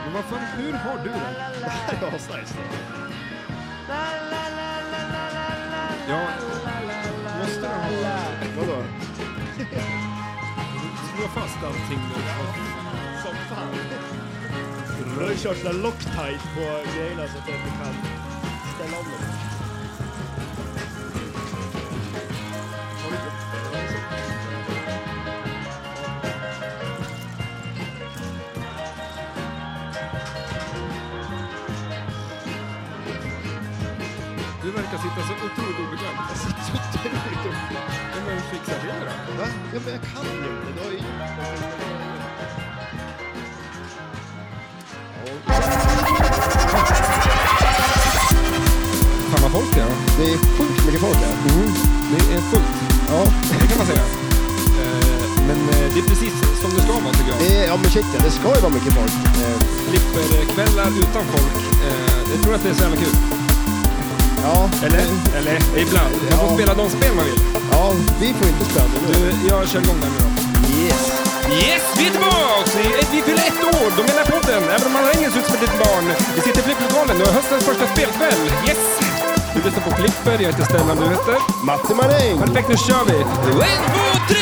Men vad fan, hur har du det? Det här är asnice. Ja, måste du ha... Vadå? Slå fast allting nu. Som fan. Du har ju kört sådär Loctite på grejerna så att du inte kan ställa om dem. Du verkar sitta så otroligt obekvämt. Jag sitter så otroligt upp. Men fixar det då? Va? Ja, men jag kan ju inte. Du har ju Fan vad folk det är. Det är sjukt mycket folk här. Det är fullt. Ja. Det kan man säga. Men det är precis som det ska vara tycker jag. Ja men shit ja, det ska ju vara mycket folk. Flipperkvällar utan folk. Jag tror att det är så jävla kul. Ja. Eller ibland. Man får spela de spel man vill. Ja, vi får inte spela det nu. Du, jag kör igång den nu då. Yes, vi är tillbaka! Vi fyller 1 år, de menar podden. Även om man har engelsk ut som ett litet barn. Vi sitter i flipplokalen och höstens första spelkväll. Yes! Du lyssnar på Flipper, jag heter Stellan, du heter? Matti Maräng! Perfekt, nu kör vi! 1, 2, 3!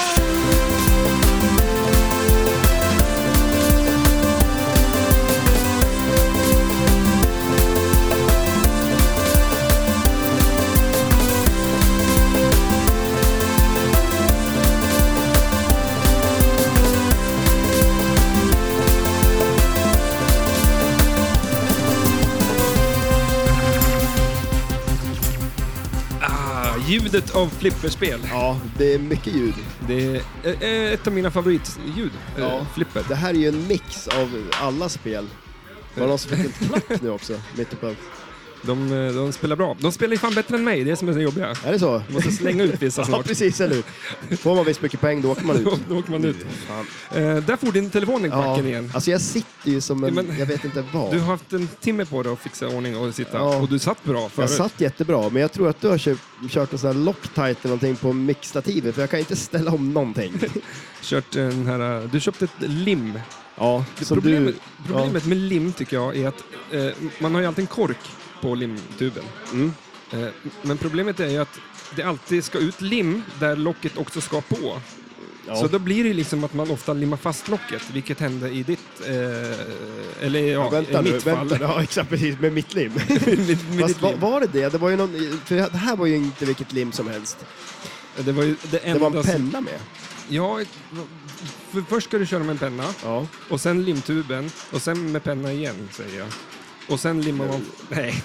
Ljudet av flipperspel. Ja, det är mycket ljud. Det är ett av mina favoritljud, flipper. Det här är ju en mix av alla spel. Var någon som fick en klack nu också, mitt uppe. De spelar bra. De spelar ju fan bättre än mig, det är som är så jobbiga. Är det så? Du måste slänga ut vissa snart. Ja, precis, eller hur? Får man visst mycket poäng, då åker man ut. Då åker man ut. Där får din telefon i backen igen. Alltså jag sitter ju som en, jag vet inte vad. Du har haft en timme på dig att fixa ordning och sitta. Och du satt bra förut. Jag satt jättebra, men jag tror att du har kört en sån här Loctite eller någonting på mixstativet, för jag kan inte ställa om någonting. Kört den här, du köpte ett lim. Ja, problemet med lim tycker jag är att man har ju alltid en kork på limtuben. Men problemet är ju att det alltid ska ut lim där locket också ska på. Ja. Så då blir det liksom att man ofta limmar fast locket, vilket hände i ditt eller i mitt fall. Ja, exakt, precis, med mitt lim. Fast var det? Det var ju någon, för det här var ju inte vilket lim som helst. Det var ju det var en penna med. Ja, för först ska du köra med en penna. Ja. Och sen limtuben och sen med penna igen, säger jag. Och sen limmar man... Nej.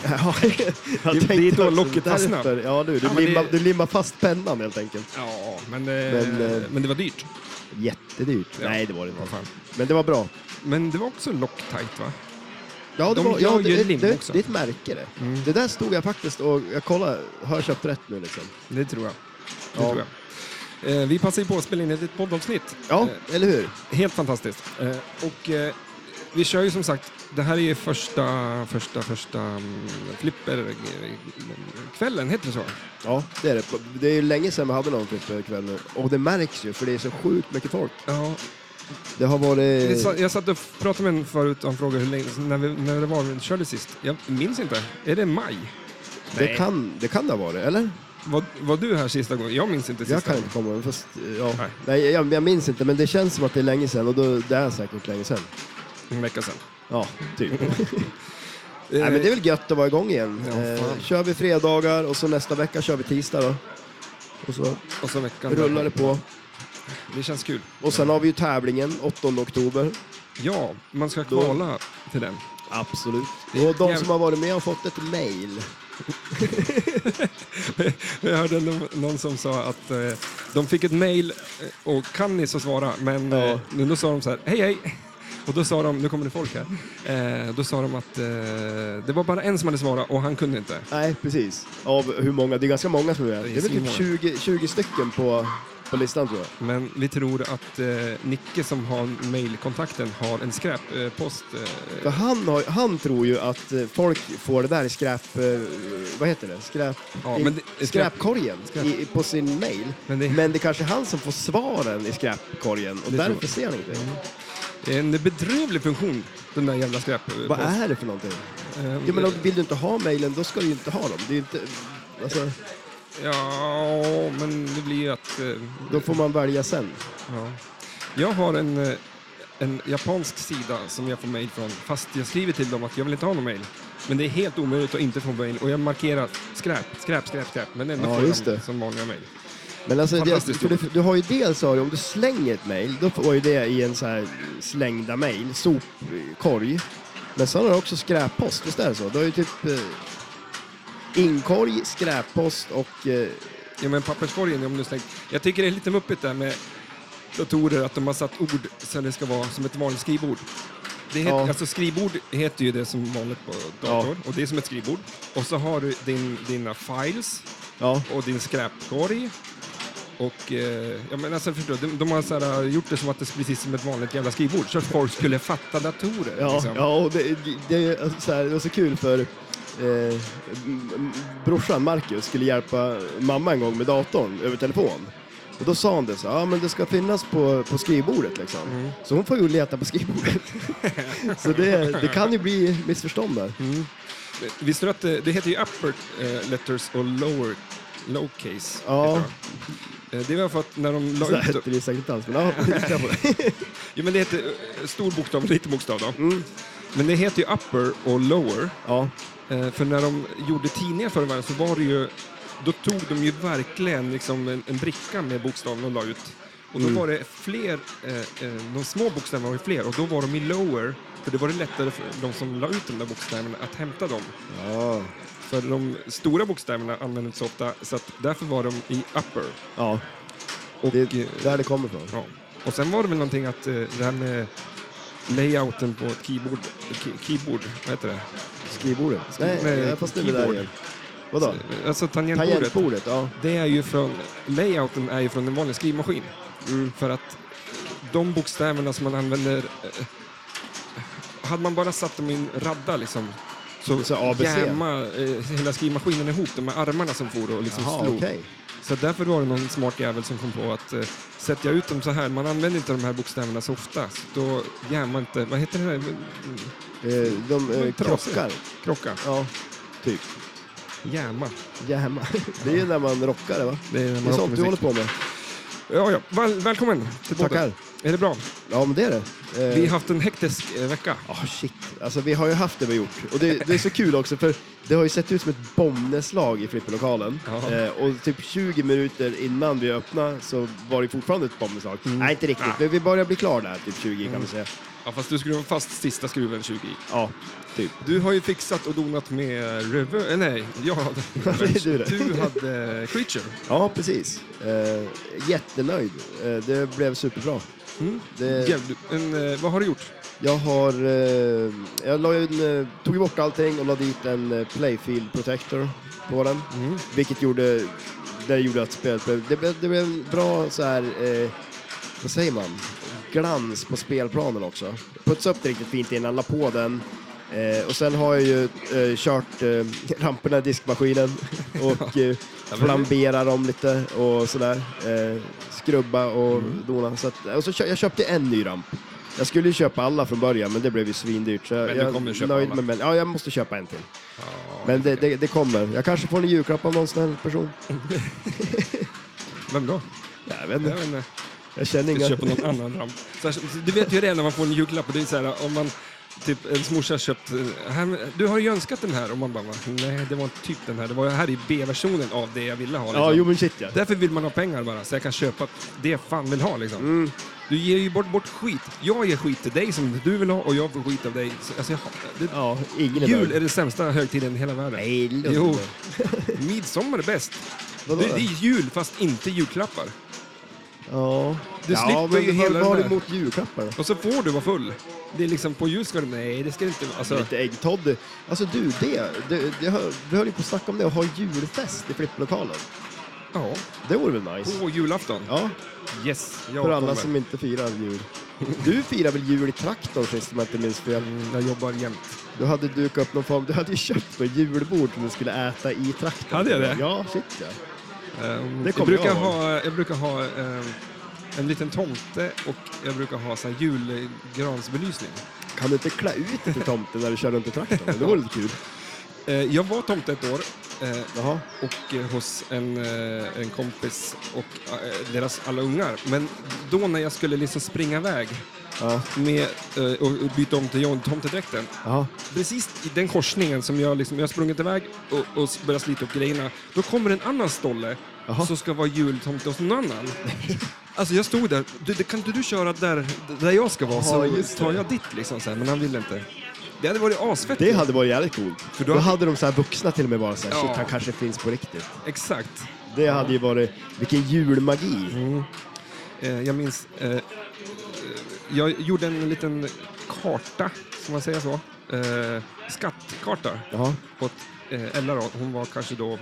Det är då locket fastnar. Ja, du limmar fast pennan helt enkelt. Ja, men det var dyrt. Jättedyrt. Ja. Nej, det var det inte. Men det var bra. Men det var också Loctite, va? Ja, det var, också. Det är ett märke det. Det där stod jag faktiskt och jag kollade, har jag köpt rätt nu liksom? Det tror jag. Tror jag. Vi passar ju på att spela in ett poddavsnitt. Ja, eller hur? Helt fantastiskt. Och vi kör ju som sagt, det här är ju första flipperkvällen, heter det så? Ja, det är det. Det är ju länge sedan vi hade någon flipperkväll nu. Och det märks ju, för det är så sjukt mycket folk. Ja. Det har varit... Jag satt och pratade med en förut och han frågade hur länge, när det var vi körde sist. Jag minns inte. Är det maj? Det kan det ha varit, eller? Var du här sista gången? Jag minns inte sista. Jag kan inte komma, fast Nej, jag minns inte, men det känns som att det är länge sedan, och då, det är säkert länge sedan. En vecka sedan. Ja, typ. Nej, men det är väl gött att vara igång igen. Kör vi fredagar och så nästa vecka kör vi tisdag då. Och så veckan rullar det på. Det känns kul. Och sen har vi ju tävlingen 8 oktober. Ja, man ska kvala till den. Absolut. Och de som har varit med har fått ett mejl. Jag hörde någon som sa att de fick ett mejl och kan ni så svara, men då sa de så här: hej. Och då sa de, nu kommer det folk här, då sa de att det var bara en som hade svarat och han kunde inte. Nej, precis. Av hur många? Det är ganska många som är. Det är väl typ 20 stycken på listan, tror jag. Men vi tror att Nicke som har mejlkontakten har en skräppost. För han tror ju att folk får det där i vad heter det? Skräpkorgen på sin mejl. Men det är kanske han som får svaren i skräpkorgen och därför ser han inte. En bedrövlig funktion, den där jävla skräp. Vad är det för någonting? Ja, men vill du inte ha mejlen, då ska du ju inte ha dem. Det är inte... Alltså... Ja, men det blir ju att... Då får man välja sen. Ja. Jag har en japansk sida som jag får mejl från, fast jag skriver till dem att jag vill inte ha någon mejl. Men det är helt omöjligt att inte få mejl. Och jag markerar skräp. Men ändå får jag som vanliga mejl. Men alltså, du har ju dels, om du slänger ett mejl, då får ju det i en så här slängda mejl, sopkorg. Men sen har du också skräppost, visst är det så? Du har ju typ inkorg, skräppost och... Ja, men papperskorgen, om du slänger... Jag tycker det är lite muppigt där med datorer, att de har satt ord så det ska vara som ett vanligt skrivbord. Det heter, alltså skrivbord heter ju det som vanligt på dator, och det är som ett skrivbord. Och så har du dina files och din skräpkorg. Och ja, men alltså, förstår, de har så här, gjort det som att det är precis som ett vanligt jävla skrivbord, så att folk skulle fatta datorer. Ja, liksom. Ja, och det var så kul för brorsan Marcus skulle hjälpa mamma en gång med datorn över telefon. Och då sa han det så, men det ska finnas på skrivbordet liksom. Så hon får ju leta på skrivbordet. Så det kan ju bli missförstånd där. Visste du att det heter ju upper letters och lowercase? Ja. Det var för att när de la ut... Det är säkert inte alls, men ja, men det heter stor bokstav och liten bokstav då. Men det heter ju upper och lower. Ja. För när de gjorde tidningar förr i världen så var det ju... Då tog de ju verkligen liksom en bricka med bokstaven och la ut. Och då var det fler, de små bokstäverna var ju fler, och då var de i lower, för det var det lättare för de som la ut de där bokstäverna att hämta dem. Ja. För de stora bokstäverna användes så ofta, så att därför var de i upper. Ja, och, det är där det kommer ifrån. Ja. Och sen var det väl någonting att det här med layouten på ett keyboard, vad heter det? Skrivbordet? Nej, fast det är där igen. Vadå? Alltså tangentbordet, ja. Det är ju layouten är ju från en vanlig skrivmaskin. För att de bokstäverna som man använder, hade man bara satt dem i en radda liksom, så jämma hela skrivmaskinen ihop, de här armarna som får och liksom slog. Okay. Så därför var det någon smart jävel som kom på att sätta ut dem så här, man använder inte de här bokstäverna så ofta, så då jämma inte, vad heter det här? De krockar. Ja, typ. Jämma. Det är ju när man rockar det, va? Det är sånt du håller på med. Ja. Välkommen till podden. Tackar. Är det bra? Ja, men det är det. Vi har haft en hektisk vecka. Shit. Alltså vi har ju haft det vi gjort. Och det är så kul också, för det har ju sett ut som ett bombnedslag i flipperlokalen. Och typ 20 minuter innan vi öppnade så var det fortfarande ett bombnedslag. Nej, inte riktigt. Men vi börjar bli klar där, typ 20 kan vi säga. Ja, fast du skruvar fast sista skruven 20. Ja, typ. Du har ju fixat och donat med jag hade du hade Creature. Ja, precis. Jättenöjd. Det blev superbra. Vad har du gjort? Jag tog bort allting och la dit en Playfield Protector på den. Vilket gjorde att spelet blev en bra så här, vad säger man? Glans på spelplanen också. Putsade upp det riktigt fint innan, la på den. Och sen har jag ju kört ramperna i diskmaskinen och flamberar dem lite och sådär. Skrubba och dona. Så att, och så jag köpte en ny ramp. Jag skulle ju köpa alla från början, men det blev ju svindyrt. Så men du kommer köpa alla? Ja, jag måste köpa en till. Men det kommer. Jag kanske får en julklapp av någon snäll person. Vem då? Jag vet inte. Jag känner inga... Jag köper någon annan ramp. Du vet ju det när man får en julklapp, och det är så här, om man typ en morsa köpt du har ju önskat den här, och man bara, nej, det var inte typ den här, det var här i B-versionen av det jag ville ha liksom. Ja, jo men shit, ja. Därför vill man ha pengar bara, så jag kan köpa det jag fan vill ha liksom. Du ger ju bort skit. Jag ger skit till dig som du vill ha, och jag får skit av dig. Alltså, jul är det sämsta högtiden i hela världen. Nej, jo. Midsommar är bäst. Det är jul fast inte julklappar. Ja. Du slipper ju hela vad har du emot julklappar? Och så får du vara full. Det är liksom på jul ska du... Nej, det ska inte... Alltså... Lite äggtoddy. Alltså du höll ju på att snacka om det och ha julfest i flipplokalen. Ja. Det vore väl nice. På julafton? Ja. Yes, för alla som inte firar jul. Du firar väl jul i traktorn, sist man inte minns fel? Jag jobbar jämt. Du hade dukat upp någon form... Du hade ju köpt på julbord som du skulle äta i traktorn. Hade jag det? Ja, shit ja. Jag brukar ha en liten tomte och jag brukar ha så här julgransbelysning. Kan du inte klä ut dig till tomten när du kör runt i traktorn? Det var lite kul. Jag var tomte ett år Jaha. och hos en kompis och deras alla ungar. Men då när jag skulle liksom springa iväg med och byta om till tomtedräkten. Precis i den korsningen som jag sprungit iväg och börjat slita upp grejerna, då kommer en annan stolle som ska vara jultomte hos någon annan. Alltså jag stod där, kan inte du köra där jag ska vara, så tar jag ditt liksom så här, men han ville inte. Det hade varit asfett. Det hade varit jävligt coolt. För då hade de så här vuxna till och med bara så här, shit, han kanske finns på riktigt. Exakt. Det hade ju varit, vilken julmagi. Jag minns, jag gjorde en liten karta, som man säger så, skattkarta åt Ella då. Hon var kanske då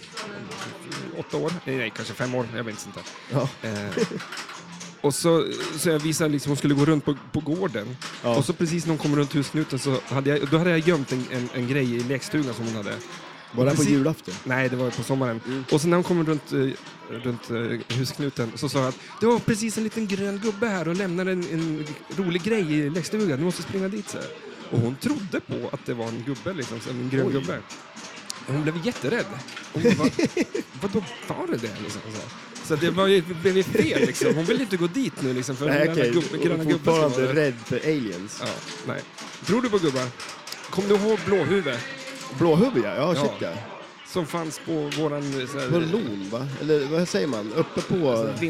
8 år, nej kanske 5 år, jag vet inte sånt där. Och så jag visade liksom, hon skulle gå runt på gården. Och så precis när hon kom runt husknuten så hade jag gömt en grej i lekstugan som hon hade. Var det på julafton? Nej, det var på sommaren. Och så när hon kom runt husknuten så sa jag att det var precis en liten grön gubbe här och lämnade en rolig grej i lekstugan. Du måste springa dit så här. Och hon trodde på att det var en gubbe liksom, en grön gubbe. Och hon blev jätterädd. Hon bara, vadå var det liksom? Så det blev ju fel liksom. Hon ville inte gå dit nu liksom, för nej, okay. Gröna gubben fortfarande rädd för aliens. Ja, nej. Tror du på gubbar? Kommer du ihåg Blåhuvud? Blåhuvud, ja. Shit, ja. Som fanns på våran... På lon, va? Eller vad säger man? Uppe på... Alltså,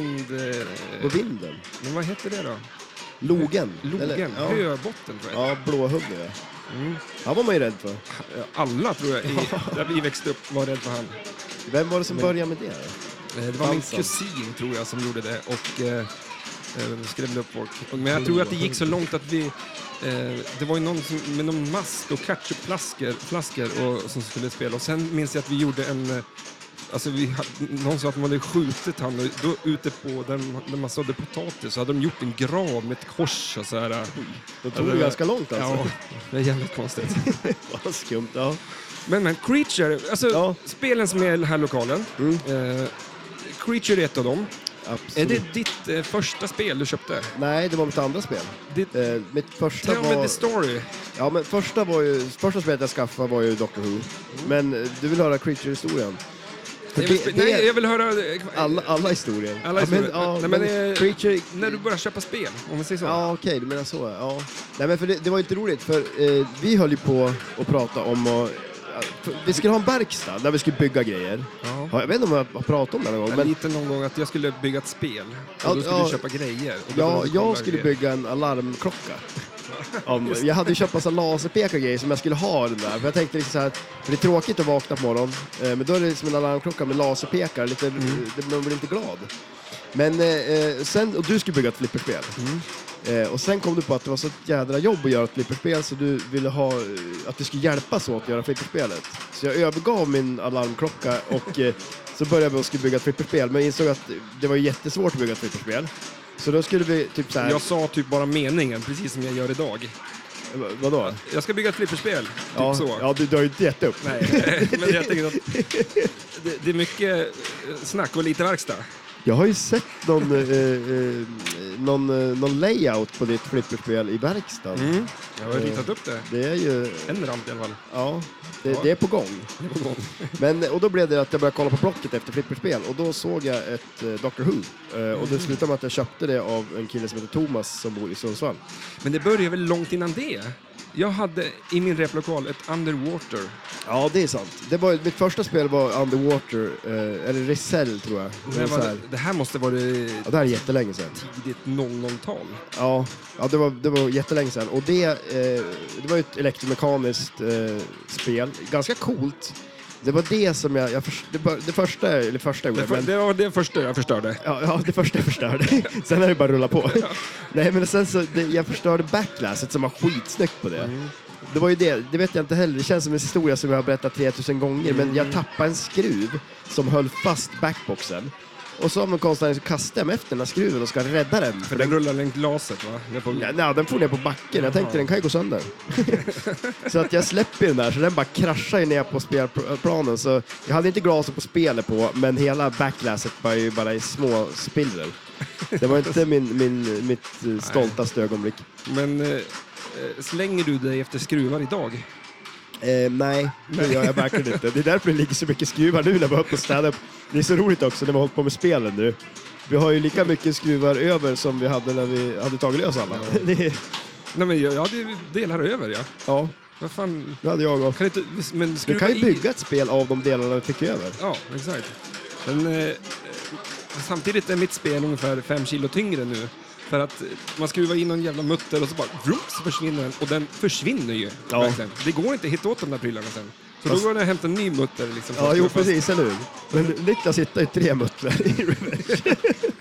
på vinden. Men vad heter det då? Logen. Logen. Höbotten, tror jag. Ja, Blåhuvud, ja. Han var man ju rädd för. Alla, tror jag, där vi växte upp var rädd för han. Vem var det som började med det? Det var min kusin, tror jag, som gjorde det. Och skrämde upp folk. Men jag tror att det gick så långt att vi... det var ju någon med någon mask och ketchupflaskor som skulle spela. Och sen minns jag att vi gjorde en... Alltså någon sa att man hade skjutit han och då ute på där man sådde potatis så hade de gjort en grav med ett kors och så här. Då tog det ganska långt alltså. Ja, det är jävligt konstigt. Vad skumt, ja. Men Creature, alltså spelen som är i den här lokalen. Creature är ett av dem. Absolut. Är det ditt första spel du köpte? Nej, det var mitt andra spel. Mitt första Tell me the story. Ja, men första spelet jag skaffade var ju Doctor Who. Men du vill höra Creature-historien? Nej, jag vill höra... Alla historier. Alla historier. Creature... När du börjar köpa spel, om vi säger så. Ja, okej, du menar så. Ja. Nej, men för det var inte roligt, för vi höll ju på att prata om vi skulle ha en verkstad där vi skulle bygga grejer. Ja. Jag vet inte om jag har pratat om det någon gång. Men... Lite någon gång att jag skulle bygga ett spel. Och då skulle du köpa grejer. Ja, jag skulle bygga en alarmklocka. Jag hade ju köpt massa laserpekar-grejer som jag skulle ha den där. För jag tänkte liksom så här, för det är tråkigt att vakna på morgonen. Men då är det som en alarmklocka med laserpekar. Man blir inte glad. Men sen, och du skulle bygga ett flipperspel. Och sen kom du på att det var så ett jädra jobb att göra ett flipperspel, så du ville ha att du skulle hjälpas åt att göra flipperspelet. Så jag övergav min alarmklocka och så började vi att skulle bygga ett flipperspel, men insåg att det var jättesvårt att bygga ett flipperspel. Så då skulle vi typ så här... Jag sa typ bara meningen, precis som jag gör idag. Vadå? Jag ska bygga ett flipperspel, typ så. Ja, du har ju inte gett upp. Nej, men jag tänker att det är mycket snack och lite verkstad. Jag har ju sett någon layout på ditt flipperspel i verkstaden. Jag har ritat upp det. Det är ju... En ramp i alla fall. Ja, det är på gång. Och då blev det att jag började kolla på Blocket efter flipperspel. Och då såg jag ett Doctor Who. Och det slutade med att jag köpte det av en kille som heter Thomas som bor i Sundsvall. Men det började väl långt innan det? Jag hade i min replokal ett Underwater. Ja, det är sant. Mitt första spel var Underwater, eller Resell tror jag. Det här måste vara det här är jättelänge sedan. Tidigt 00-tal. Ja, det var jättelänge sedan. Och det var ett elektromekaniskt spel. Ganska coolt. Det var det som det första jag gjorde. Det var det första jag förstörde. Ja, det första jag förstörde. Sen har det bara rullat på. Nej, men sen så jag förstörde backlasset som var skitsnyggt på det. Det var ju det vet jag inte heller. Det känns som en historia som jag har berättat 3000 gånger. Men jag tappade en skruv som höll fast backboxen. Och så har man konstant kastat mig efter den här skruven och ska rädda den. För den rullar längt glaset, va? Nej, den får ner på backen. Jag tänkte den kan ju gå sönder. Så att jag släpper den där, så den bara kraschar ner på spelplanen. Så jag hade inte glaset på spelet på, men hela backlasset var ju bara i små spillror. Det var inte mitt stoltaste ögonblick. Men slänger du dig efter skruvar idag? Nej, det gör jag verkligen inte. Det är därför det ligger så mycket skruvar nu när vi har på stand-up. Det är så roligt också när vi har hållit på med spelen nu. Vi har ju lika mycket skruvar över som vi hade när vi hade tagit lös alla. Nej, men jag hade delar över, ja. Ja. Vad fan? Det hade jag också. Du kan ju bygga ett spel av de delarna vi fick över. Ja, exakt. Men samtidigt är mitt spel ungefär 5 kilo tyngre nu. För att man skruvar in någon jävla mutter och så bara så försvinner den. Och den försvinner ju. Ja. Verkligen. Det går inte att hitta åt de där prylarna sen. Så då går det att hämta en ny mutter. Liksom, ja, jo precis, eller hur? Men Niklas hittar ju 3 muttrar i reverse.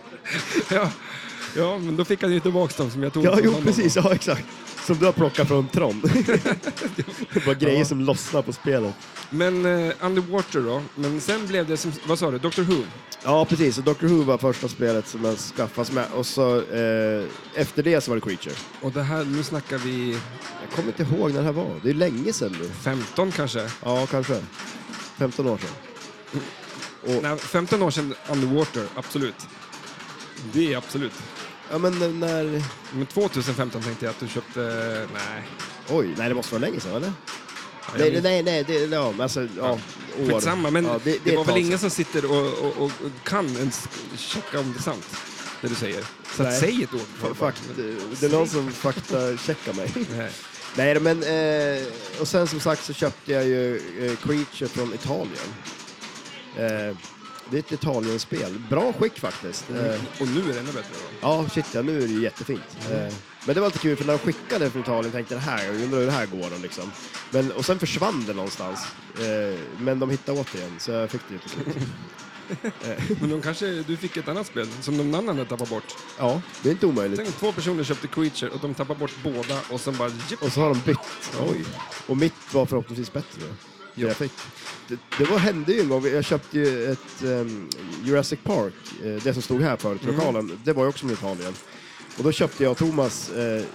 Ja, men då fick han ju tillbaka dem som jag tog. Ja, jo precis, ja exakt. Som du har plockat från Tron. Det var grejer som lossnar på spelet. Men Underwater då. Men sen blev det som, vad sa du, Doctor Who? Ja, precis. Och Doctor Who var första spelet som jag skaffade med. Och så efter det så var det Creature. Och det här, nu snackar vi... Jag kommer inte ihåg när det här var. Det är länge sedan nu. 15 kanske? Ja, kanske. 15 år sedan. Och... Nej, 15 år sedan Underwater, absolut. Det är absolut. Ja, men när... Men 2015 tänkte jag att du köpte... Nej. Oj, nej det måste vara länge sedan, eller? Ja, nej, det är år. Skitsamma, men ja, det var väl ingen som sitter och kan ens checka om det är sant, det du säger. Så att säg ett ord. Det är någon som fakta-checkar mig. Nej, men och sen som sagt så köpte jag ju Creature från Italien. Det är ett Italien-spel. Bra skick faktiskt. Och nu är det ännu bättre då? Ja, shit, ja, nu är det ju jättefint. Men det var lite kul för när de skickade från Italien tänkte jag undrar hur det här går då, liksom. Och sen försvann det någonstans. Men de hittade åt igen så jag fick det till slut. Men du fick ett annat spel som någon annan hade tappat bort. Ja, det är inte omöjligt. Tänk 2 personer köpte Creature och de tappade bort båda och sen bara... Och så har de bytt. Oj. Och mitt var förhoppningsvis bättre. Ja. Jag fick. Hände ju en gång. Jag köpte ju ett Jurassic Park, det som stod här förut, lokalen. Det var ju också från Italien. Och då köpte jag och Thomas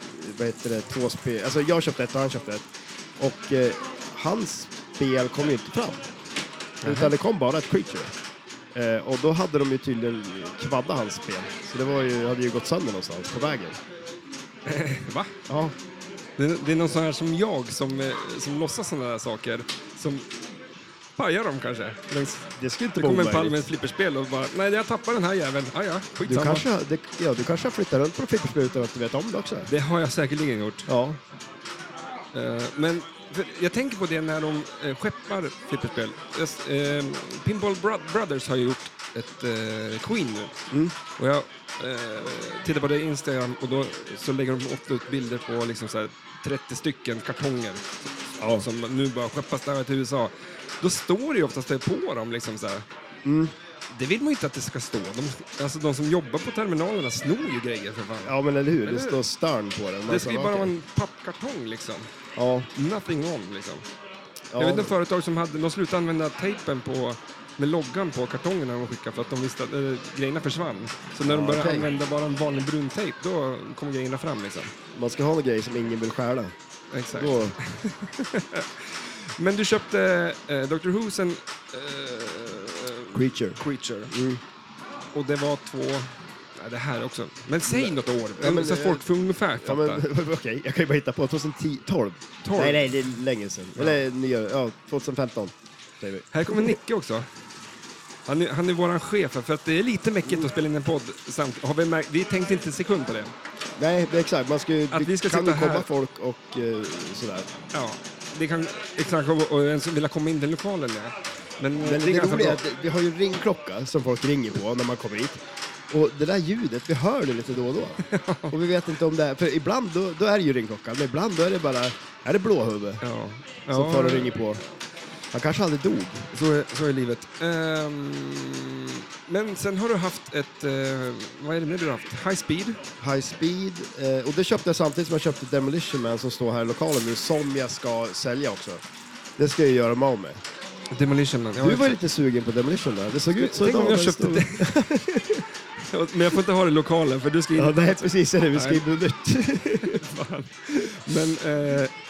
2 spel. Alltså jag köpte ett och han köpte ett. Och hans spel kom ju inte fram. Utan det kom bara ett Creature. Och då hade de ju tydligen kvaddat hans spel. Så det hade ju gått sönder någonstans på vägen. Va? Ja. Det är någon sån här som jag som låtsas sådana där saker som pajar dem kanske. Det skulle inte det kommer en pall med ett flipperspel och bara, nej jag tappar den här jäveln. Skitsamma. Du kanske har flyttat runt på flipperspel utan att du vet om det också. Det har jag säkerligen gjort. Ja. Men jag tänker på det när de skeppar flipperspel. Pinball Brothers har ju gjort ett Queen nu. Och jag tittar på det i Instagram och då så lägger de ofta ut bilder på liksom så här 30 stycken kartonger som nu bara skeppas där till USA. Då står det ju oftast på dem liksom så här. Det vill man ju inte att det ska stå. De som jobbar på terminalerna snor ju grejer för fan. Ja, men eller hur? Det står Stern på den. Det ska ju bara vara en pappkartong liksom. Ja. Nothing on liksom. Ja. Jag vet en företag som de slutade använda tejpen med loggan på kartongerna de skickade för att de visste att grejerna försvann. Så när de började använda bara en vanlig brun tejp, då kommer grejerna fram liksom. Man ska ha en grej som ingen vill stjäla. Exakt. Men du köpte Dr. Who sen... Creature. Och det var 2... Ja, det här också. Men säg något år. Så att folk får ungefär fattar. Okej, jag kan ju bara hitta på 2012. Nej, det är länge sedan. Ja. Eller 2015. Säger vi. Här kommer Nicke också. Han är våran chef för att det är lite mäckigt att spela in en podd samt. Vi tänkte inte en sekund på det. Nej, det är exakt. Man ska kan komma här. folk och sådär. Ja, det kan exakt och en som vill komma in i lokalen. Ja. Men det är ganska bra. Vi har ju en ringklocka som folk ringer på när man kommer hit. Och det där ljudet, vi hör det lite då och då. Och vi vet inte om det är, för ibland då är det ju ringklockan, men ibland då är det bara, är det blåhuvud som får och ringer på. Han kanske aldrig dog. Så är livet. Men sen har du haft vad är det nu du har haft? High Speed. Och det köpte jag samtidigt som jag köpte Demolition Man som står här i lokalen nu, som jag ska sälja också. Det ska jag göra mig av med. Demolition Man. Du var lite sugen på Demolition Man. Det såg ut så. Tänk om jag köpte det. Men jag får inte ha det i lokalen för du ska in. Ja, det är precis det. Vi ska in något nytt.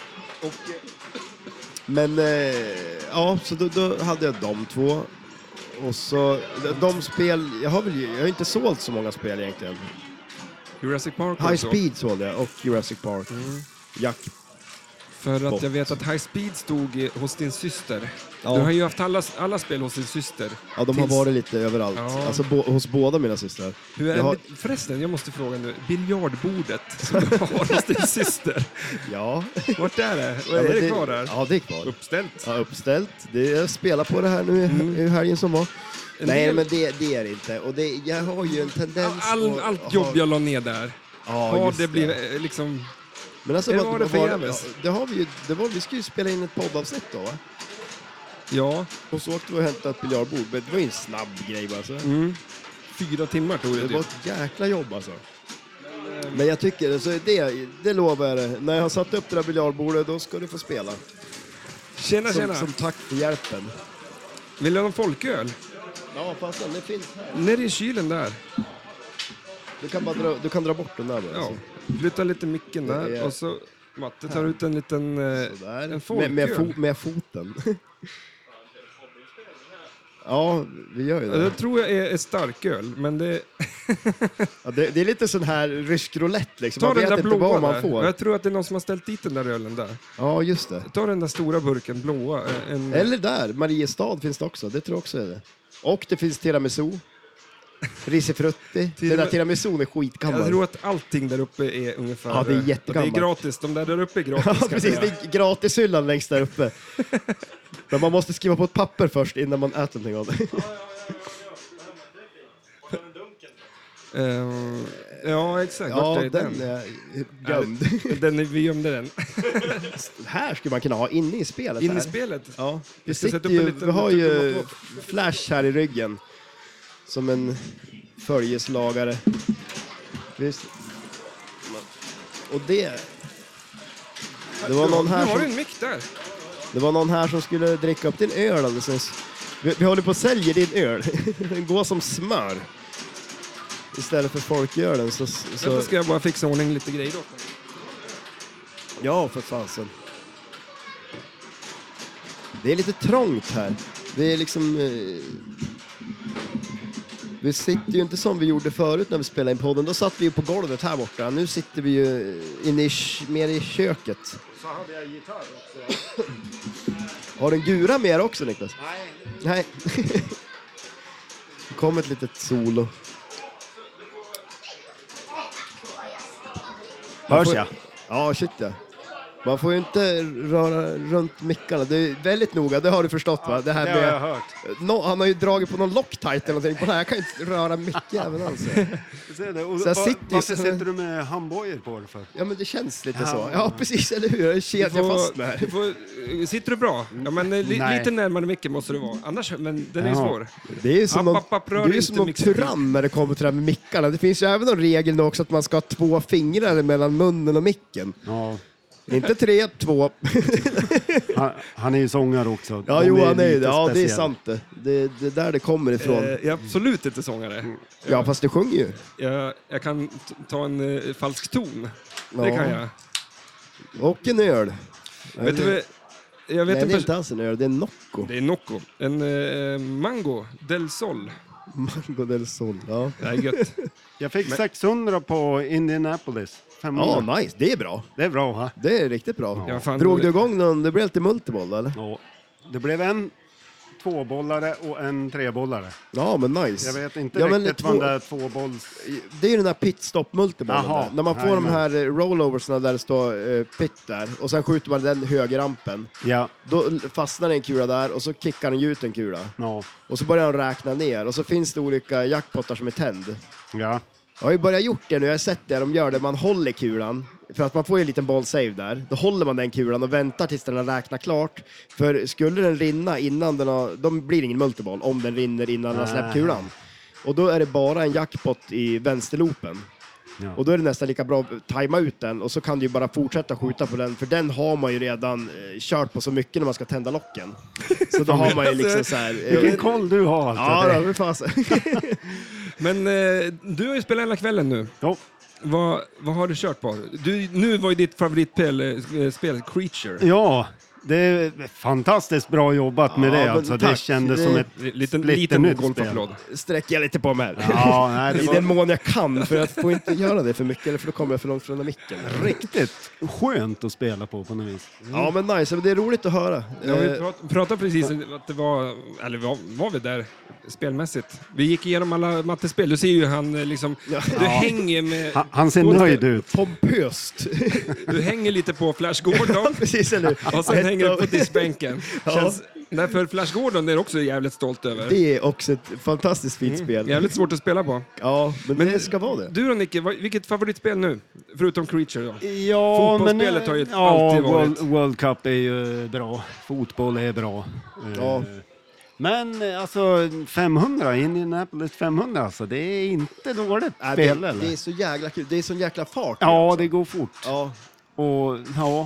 Men ja, så då hade jag de 2. Och så de spel, jag har inte sålt så många spel egentligen. Jurassic Park High också. Speed sålde jag och Jurassic Park. Jack. För att jag vet att High Speed stod hos din syster. Ja. Du har ju haft alla spel hos din syster. Ja, de har varit lite överallt. Ja. Alltså hos båda mina systrar. Hur är förresten, jag måste fråga nu. Biljardbordet som du har hos din syster. Ja. Vart är det? Ja, Är det kvar där? Ja, det är kvar. Uppställt? Ja, uppställt. Jag spelar på det här nu i helgen som var. Nej, men det är det inte. Och jag har ju en tendens... Allt jobb jag la ner där. Ja, har just det blivit liksom... Men alltså, Eller var det förgäves? det har vi ju... Vi skulle ju spela in ett poddavsnitt då, va? Ja. Och så åkte vi och hämtade ett biljardbord. Men det var ju en snabb grej, alltså. 4 timmar tog det Det var ett jäkla jobb, alltså. Men jag tycker, alltså, det lovar jag det. När jag har satt upp det där biljardbordet, då ska du få spela. Tjena. Som tack för hjälpen. Vill du ha en folköl? Ja, fast det finns här. Ner i kylen där. Du kan dra bort den där bara. Ja. Alltså. Flytta lite micken där. Det är- Och så Matte tar ut en liten... Sådär. En folköl. Med foten. Ja, vi gör ju det. Det tror jag är starköl, men det... Ja, det är lite sån här rysk roulette liksom. Ta Man den vet där inte blåa vad man där. får. Jag tror att det är någon som har ställt dit den där ölen där. Ja, just det. Ta den där stora burken, blåa. Eller där, Mariestad finns det också. Det tror jag också är det. Och det finns tiramisu. Risifrutti. Den där tiramisun är skitgammal. Jag tror att allting där uppe är ungefär... Ja, det är jättegammalt. Och det är gratis. De där uppe är gratis. Ja, precis. Det är gratishyllan längst där uppe. Men man måste skriva på ett papper först innan man äter någonting av det. Ja, exakt. Ja, Vart är den är gömd. Vi gömde den. Här skulle man kunna ha inne i spelet. In i här. spelet? Ja, Vi ska sätta upp vi en liten har ju typ Flash här i ryggen. Som en följeslagare. Visst. Och det var någon här Du har som, en mick där. det var någon här som skulle dricka upp din öl alldeles nyss. Vi håller på att sälja din öl. Den går som smör. Istället för folkölen så... Då ska jag bara fixa ordning lite grejer då. Ja, för fasen. Det är lite trångt här. Det är liksom... Vi sitter ju inte som vi gjorde förut när vi spelade in podden. Då satt vi ju på golvet här borta. Nu sitter vi ju inne mer i köket. Så hade jag gitarr också. Har du en gura med också, Niklas? Nej. Det kom ett litet solo. Hörs jag? Ja, shit ja. Man får ju inte röra runt mickarna. Det är väldigt noga, det har du förstått va? Det här Det har jag med, hört. han har ju dragit på någon Loctite eller någonting på det här. Jag kan inte röra mickjäveln alls. Ser det. Och Så jag sitter ju varför så- sitter du med handbojor på det för? Ja men det känns lite Ja. så. Ja precis, eller hur? Jag kedjar fast med här. Sitter du bra? Ja, men Nej. lite närmare micken måste du vara. Annars, men den är ju Ja. svår. Det är ju som Rör någon, det är ju inte som någon mixen. tyrann när det kommer till det här med mickarna. Det finns ju även någon regel nu också att man ska ha 2 fingrar mellan munnen och micken. Ja. Inte 3, 2. Han är ju sångare också. Ja, De Johan är ju lite det. Ja, det är speciella. sant det. Det är där det kommer ifrån. Jag är absolut inte sångare. Ja, fast du sjunger ju. Jag kan ta en falsk ton. Ja. Det kan jag. Och en öl. Vet du, jag vet Nej, en det är inte alls en öl, det är en Nocco. Det är Nocco. En Mango del Sol. Mango del Sol, ja. Det är gött. Jag fick 600 på Indianapolis. 500. Ja, nice. Det är bra. Det är bra, va? Det är riktigt bra. Ja, fan, Drog du igång någon? Det blev lite multiboll, eller? Ja. Det blev en 2-bollare och en 3-bollare. Ja, men nice. Jag vet inte Ja, men riktigt vad den där 2-bolls... Det är ju den där pitstop multibollen Jaha, där. När man får de jajamän. här rolloversna där det står pit där och sen skjuter man den högerrampen. Ja. Då fastnar en kula där och så kickar den ut en kula. Ja. Och så börjar den räkna ner och så finns det olika jackpottar som är tänd. Ja. Jag har ju börjat gjort det nu, jag har sett det, de gör det, man håller kulan. För att man får ju en liten ball save där. Då håller man den kulan och väntar tills den har räknat klart. För skulle den rinna innan den har, då blir det ingen multiball om den rinner innan den har släppt kulan. Och då är det bara en jackpot i vänsterloopen. Ja. Och då är det nästan lika bra att tajma ut den och så kan du ju bara fortsätta skjuta på den. För den har man ju redan kört på så mycket när man ska tända locken. Så då har man ju liksom så här... Vilken koll du har alltså. Ja, det är fasen. Men du har ju spelat hela kvällen nu. Ja. Vad har du kört på? Nu var ju ditt favoritspel Creature. Ja, det är fantastiskt bra jobbat med det. Alltså, det kändes som ett liten golfapplåd. Sträcker jag lite på mig här. Ja, nej, det I var den mån jag kan, för att få inte göra det för mycket, eller för då kommer jag för långt från den micken. riktigt skönt att spela på något vis. Ja, men nice. Det är roligt att höra. Ja, vi pratade precis att det var, eller var vi där spelmässigt? Vi gick igenom alla mattespel. Du ser ju han liksom, du hänger med... Han ser nöjd ut. Pompöst. Du hänger lite på Flash Gordon. Precis, eller? Och sen hänger du på diskbänken. Därför Flash Gordon är också jävligt stolt över. Det är också ett fantastiskt fint spel. Jävligt svårt att spela på. Ja, men det ska vara det. Du då Nicke, vilket favoritspel nu? Förutom Creature då? Ja, Fotbollsspelet har ju alltid varit... World Cup är ju bra. Fotboll är bra. Ja. Men alltså 500, Indianapolis 500, alltså, det är inte dåligt spel. Det är så jäkla kul. Det är sån jäkla fart. Ja, också. det går fort. Ja. Och ja...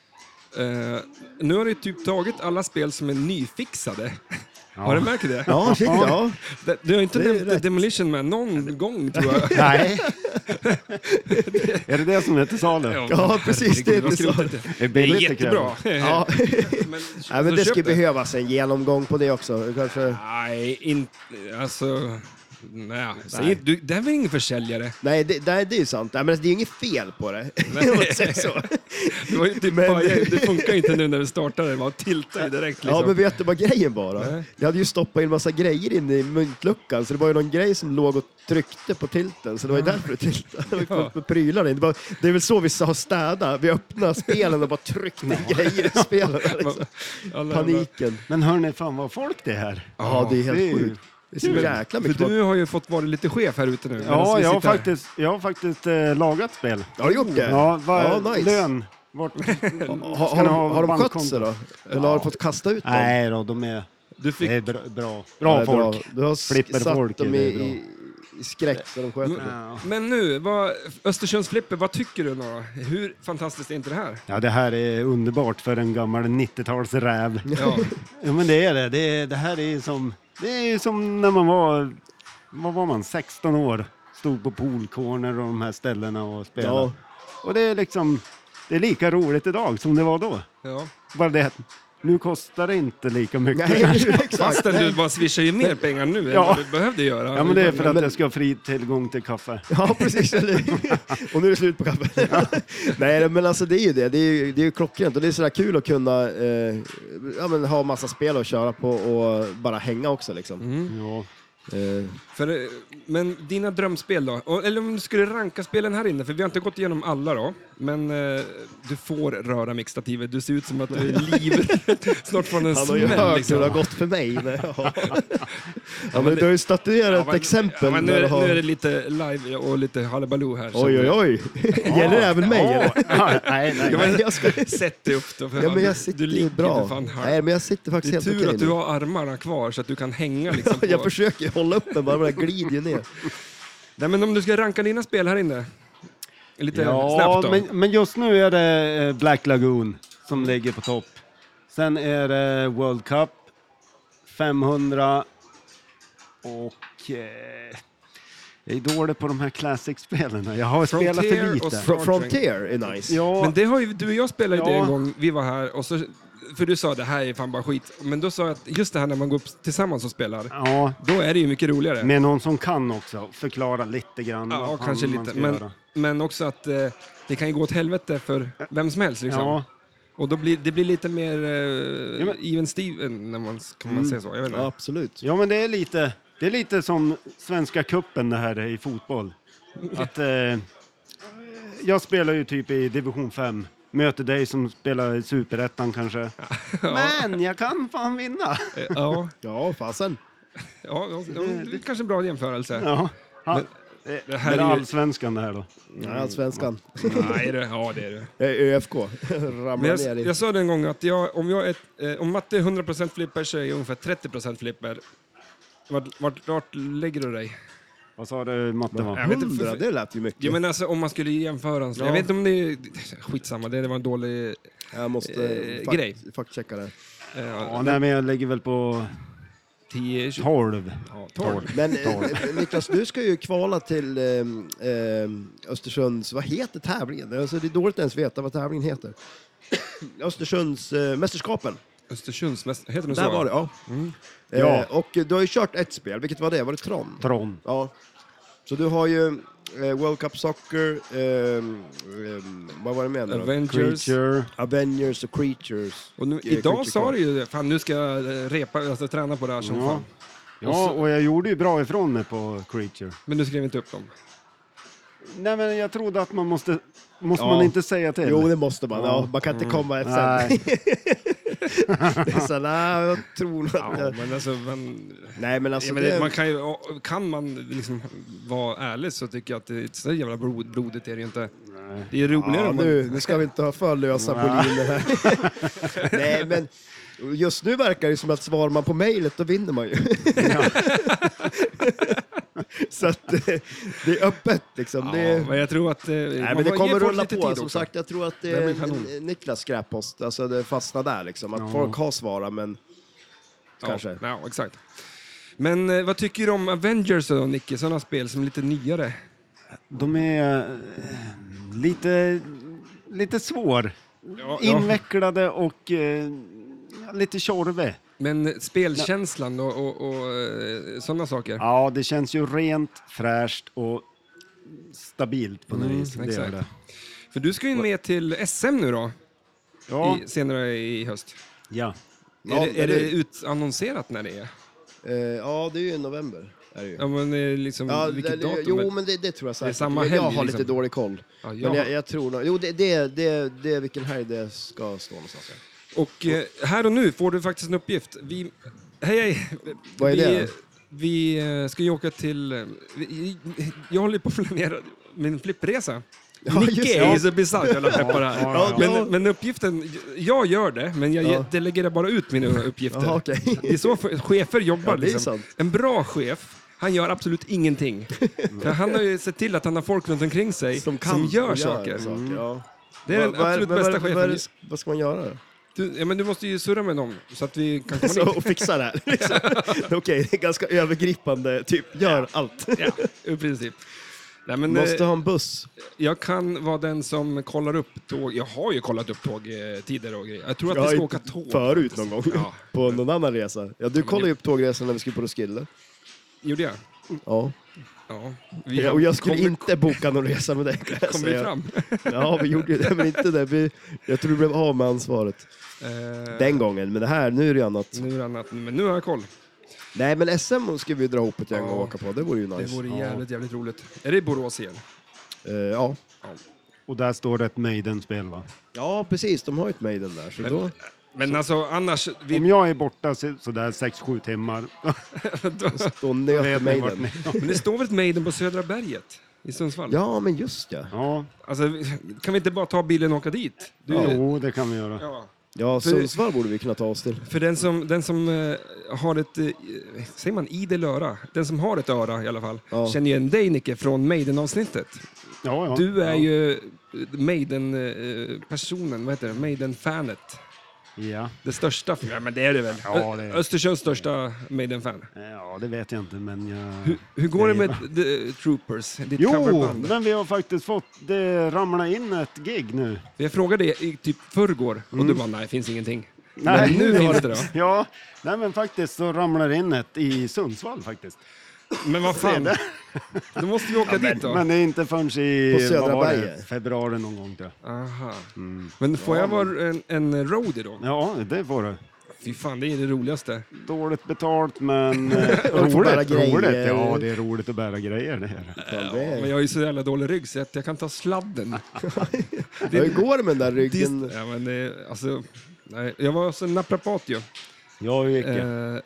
nu har du typ tagit alla spel som är nyfixade. Ja. Har du märkt det? Ja, shit, ja. Du har inte Det är nämnt rätt. Demolition Man någon gång, tror jag. Nej. Är det som heter salu? Ja, precis. Det är Herregud, så. Det är Det är billigt, jättebra. Ja. Men, Nej, men det skulle behövas en genomgång på det också. Kanske... Nej, inte... Alltså... Nej. Det här är väl ingen försäljare? Nej, det är ju sant. Nej, men det är ju inget fel på det. Så. Det, var ju typ det funkar inte nu när vi startade. Det var tilta direkt. Liksom. Ja, men vet du vad grejen var då? Nej. Jag hade ju stoppat in massa grejer inne i myntluckan, så det var ju någon grej som låg och tryckte på tilten, så det var ju därför det tiltade. Det var ju fullt med prylar in. Det är väl så vi sa städa. Vi öppnade spelen och bara tryckte grejer i spelen. Liksom. Paniken. Men hörni, fan vad folk det är här. Ja, det är helt det är ju- sjukt. Det är så jäkla mycket. För du har ju fått vara lite chef här ute nu. Ja, vi jag sitter har faktiskt lagat spel. Har du gjort det? Ja, nice. Lön. Vart, Har de skött sig då? Eller har du fått kasta ut dem? Nej då, de är... Du fick... Det är bra Ja, folk. Du har Flipper satt folk dem är det bra. i skräck så de sköter det. Ja. Men nu, Östersundsflipper, vad tycker du då? Hur fantastiskt är inte det här? Ja, det här är underbart för en gammal 90-talsräv. Ja. Ja, men det är det. Det här är som... Det är som när man var... Vad var man? 16 år. Stod på poolcorner och de här ställena och spelade. Ja. Och det är liksom... Det är lika roligt idag som det var då. Ja. Bara det... Nu kostar det inte lika mycket. Nej, exakt. Fastän du bara swishar ju mer pengar nu än Ja. vad du behövde göra. Ja, men det är för att jag ska ha fri tillgång till kaffe. Ja, precis. Och nu är det slut på kaffet. Nej, men alltså det är ju det. Det är ju klockrent. Och det är sådär kul att kunna ha massa spel att köra på och bara hänga också liksom. Ja. Men dina drömspel då? Eller om du skulle ranka spelen här inne, för vi har inte gått igenom alla då. Men du får röra mixtativet. Du ser ut som att du är livrädd snart från en Han har ju smäll. hört Liksom. hur det har gått för mig. Ja, men du har ju statuerat ett exempel. Ja, men nu där du har... är det lite live och lite halabaloo här. Oj. Gäller det även mig? Eller? Ja, nej. Ja, men Jag ska... sätt dig upp då. För Ja, men jag du sitter ligger ju bra. för fan här. Nej, men jag sitter Det faktiskt är helt tur okej att du nu. har armarna kvar så att du kan hänga liksom på. Jag försöker hålla upp den, bara den glider ju ner. Nej, men om du ska ranka dina spel här inne. Lite Ja, snabbt då. men just nu är det Black Lagoon som ligger på topp. Sen är det World Cup 500 och jag är dålig på de här classic-spelen. Jag har spelat Frontier för lite. och Star Trek. Frontier är nice. Ja, Men det har ju, du och jag spelade ju det Ja. en gång, vi var här, och så, för du sa det här är fan bara skit. Men då sa jag att just det här när man går upp tillsammans och spelar, ja, då är det ju mycket roligare. med någon som kan också förklara lite grann. Ja, vad fan kanske man lite. ska Men, göra. men också att det kan ju gå åt helvete för vem som helst liksom. Ja, Och då blir det blir lite mer Ja, men- even Steven, när man, kan man säga så? Jag vet inte. Ja, absolut. ja, men det är lite som Svenska cupen det här i fotboll. Att, jag spelar ju typ i division 5. Möter dig som spelar i superettan kanske. Men jag kan fan vinna. Ja, Ja, fasen. ja, det är kanske en bra jämförelse. Ja. Det här Är det är ju... allsvenskan det här då? Nej, allsvenskan. Nej, ja, det är det. ÖFK. Men Ramlar ner i. jag sa det en gång att om matte är 100% flipper så är jag ungefär 30% flipper. Vart lägger du dig? Vad sa du matte var? Jag vet inte, 100, det lät ju mycket. Jo, men alltså om man skulle jämföra en, jag vet inte om det är skitsamma, det var en dålig Jag måste grej. faktchecka det. Ja, nej, men jag lägger väl på 10, 20, 12. ja, 12. Men Niklas, du ska ju kvala till Östersunds, vad heter tävlingen? Alltså, det är dåligt att ens veta vad tävlingen heter. Östersunds mästerskapen. Östersunds, heter det så? Där var det, ja. Ja. Och du har ju kört ett spel, vilket var det? Var det Tron? Tron. Ja. Så du har ju World Cup Soccer, vad var det med nu då? Creature. Och Creatures. Och nu, idag sa du ju, fan nu ska jag träna på det här som Ja. fan. Ja, och jag gjorde ju bra ifrån mig på Creature. Men du skrev inte upp dem. Nej, men jag trodde att man måste man inte säga till? Jo, det måste man. Ja. Ja, man kan inte komma ett sen. Nej. Det är så, nej, jag tror att Ja, men alltså, Nej, men alltså... ja, men man kan man liksom vara ärlig så tycker jag att det är så jävla blodigt är det ju inte. Nej. Det är roligare Ja, om man... nu ska vi inte ha för lösa boliner här. Nej, men just nu verkar det som att svarar man på mejlet, då vinner man ju. Så att det är öppet liksom. Ja, men jag tror att... Nej, men det kommer rulla på. Som sagt, jag tror att det är Niklas skräppost. Alltså det fastnar där liksom. Att folk har svarat, men kanske. Ja, exakt. Men vad tycker du om Avengers då, Nicke? Sådana spel som är lite nyare. De är lite svår. Ja. Invecklade och lite tjorve. Men spelkänslan och sådana saker. Ja, det känns ju rent, fräscht och stabilt på något vis. Det exakt. gör det. För du ska ju med till SM nu då, Ja. senare i höst. Ja. Ja, är det utannonserat när det är? Ja, det är ju i november. Är det ju. Ja, men liksom, Ja, vilket datum? jo, men det tror jag säkert. samma helg, jag har lite liksom. dålig koll. Ja, Men jag tror nog... Jo, det är vilken helg det ska stå någonstans. Och här och nu får du faktiskt en uppgift. Hej. Vad är det? Vi ska ju åka till... Jag håller på att planera min flippresa. Ja, just Nicke det. är ju så bisarrt jävla peppar här. Ja. Men uppgiften, jag gör det, men jag delegerar bara ut mina uppgifter. Jaha, okej. Det är så chefer jobbar. Ja, det är liksom. sant. En bra chef, han gör absolut ingenting. För han har ju sett till att han har folk runt omkring sig som gör saker. Ja. Det är den absolut bästa chefen. Vad ska man göra då? Du måste ju surra med dem så att vi kan komma Så, dit. och fixa det här. Liksom. Okej, det är ganska övergripande. Typ, gör allt. Ja, i princip. Nej, men, Måste ha en buss. jag kan vara den som kollar upp tåg. Jag har ju kollat upp tågtider och grejer. Jag tror att vi ska åka tåg. Förut någon gång. Ja. På någon annan resa. Ja, du kollade ju upp tågresan när vi skulle på Roskilde. Gjorde jag? Ja. Ja. Och jag skulle inte boka någon resa med dig. Kom vi fram? Ja, vi gjorde det, men inte det. Jag tror du blev av med ansvaret. Den gången, men det här, nu är det annat. Nu är det annat, men nu har jag koll. Nej, men SM ska vi dra ihop ett gäng och åka på. Det vore ju nice. Det vore jävligt roligt. Är det i Borås igen? Ja. Och där står det ett Maiden-spel, va? Ja, precis. De har ju ett Maiden där. Så då... Men alltså annars... Om jag är borta sådär 6-7 timmar. Då nöter vet ni vart Maiden. ni... Men det står väl ett Maiden på Södra berget i Sundsvall? Ja, men just ja. Ja, Alltså, kan vi inte bara ta bilen och åka dit? jo, det kan vi göra. Ja. Ja, Sundsvall borde vi kunna ta oss till. För den som har ett, säger man idel öra? Den som har ett öra i alla fall, känner igen dig Nicke från Maiden-avsnittet. Ja. Du är ju Maiden-personen, vad heter det? Maiden-fanet. Ja. Det största, ja men det är det väl? Ja, det är... Östersunds största Maiden-fan. Ja, det vet jag inte, men jag... Hur går det med The Troopers, ditt Jo, coverband? men vi har faktiskt fått... Det ramlar in ett gig nu. Jag frågade dig i typ förrgår och du bara, nej, finns ingenting. Nej, Men nu finns det då. Ja, nej men faktiskt så ramlar det in ett i Sundsvall faktiskt. Men vad fan, då måste vi åka dit då. Men det är inte förrän i På Södra vad var det? berget. Februari någon gång tror jag. Aha. Men får jag vara en roadie då? Ja, det får du. Fy fan, det är det roligaste. Dåligt betalt men får bära grejer. roligt. Ja, det är roligt att bära grejer det här. Men jag har ju så jävla dålig rygg så att jag kan ta sladden. Hur går det med den där ryggen? Ja, men det, alltså, nej, jag var så naprapat ju. Ja, hur gick det?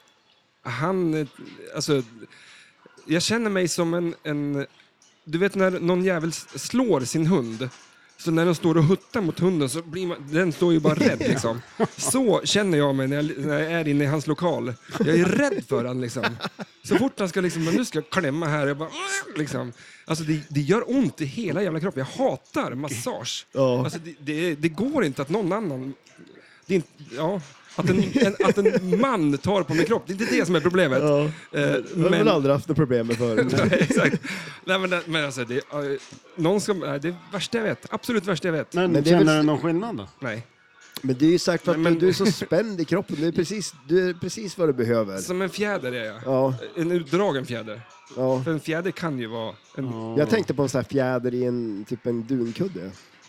Alltså, jag känner mig som en... Du vet när någon jävel slår sin hund. Så när den står och huttar mot hunden så blir den står ju bara rädd liksom. Så känner jag mig när jag är inne i hans lokal. Jag är rädd för han liksom. Så fort han ska liksom, men nu ska jag klämma här, jag bara liksom. Alltså det gör ont i hela jävla kroppen. Jag hatar massage. Ja. Alltså det går inte att någon annan... Det är inte, ja, att en man tar på min kropp, det är inte det som är problemet. Ja. Jag har väl aldrig haft något problem med förut. Exakt. Nej, men alltså, det är värsta jag vet. Absolut värsta jag vet. Men men det är känner väl- du någon skillnad då? Nej. Men det är ju sagt för att du är så spänd i kroppen. Du är precis vad du behöver. Som en fjäder är jag. Ja. En utdragen fjäder. Ja. För en fjäder kan ju vara Jag tänkte på en sån här fjäder i en dunkudde.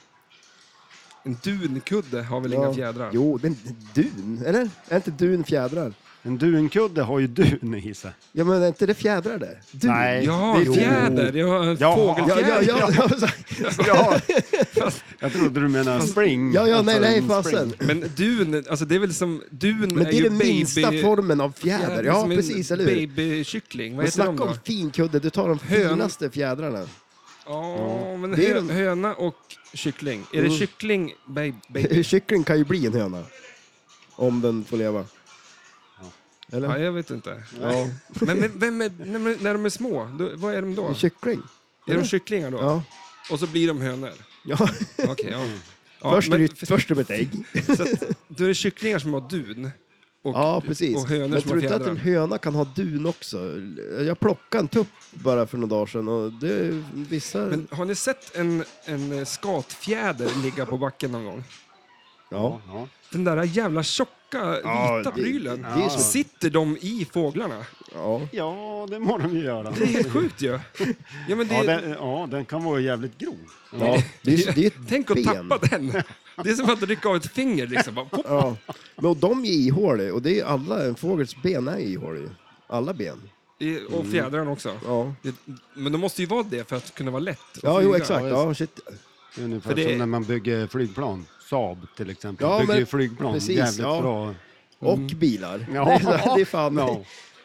en dunkudde har väl inga fjädrar? Jo, men dun, eller? Är inte dun fjädrar? En dunkudde har ju dun i sig. Ja, men är inte det fjädrar det? Dun. Nej. Ja, det är fjäder. Ja, fågelfjäder. Ja. Jag trodde du menade spring. Nej, en fasen. spring. Men dun, alltså det är väl som... Dun Men det är ju den minsta formen av fjäder. Ja, som en precis, eller hur? babykyckling. Vad Men heter de snacka då? om fin kudde, du tar de finaste fjädrarna. Ja, men Det är höna och kyckling. Är det kyckling, baby? Kyckling kan ju bli en höna. Om den får leva. Eller? Ja, jag vet inte. Ja. Men när de är små, vad är de då? Kyckling. Är de kycklingar då? Ja. Och så blir de hönor? Ja. Okej, ja. Ja, Först är det ett ägg. Så att, då är det kycklingar som har dun. Ja, precis. Och hönor Men som tror har du inte att en fjädrar. höna kan ha dun också? Jag plockade en tupp bara för några dagar sedan och det vissa... Men har ni sett en skatfjäder ligga på backen någon gång? Ja. Ja. Den där jävla tjocka Ja, vita det- prylen. det är så. Sitter de i fåglarna? Ja. Ja, det må de ju göra. Det är helt sjukt ju. Ja, men Den kan vara jävligt grov. Ja. Det är ett Tänk att ben. tappa den. Det är som att rycka av ett finger liksom. Bara, pop. Ja. Men och de är ihåliga och det är alla, en fågels ben är ihåliga. Alla ben. Och fjädrarna också. Ja. Men de måste ju vara det för att kunna vara lätt att Ja, flyga. jo exakt. Ja, shit. Det är ungefär För det- som när man bygger flygplan. Saab till exempel. Ja, Bygger men- ju flygplan. precis, Jävligt ja. bra. Och bilar. Ja. Det är fan... Ja.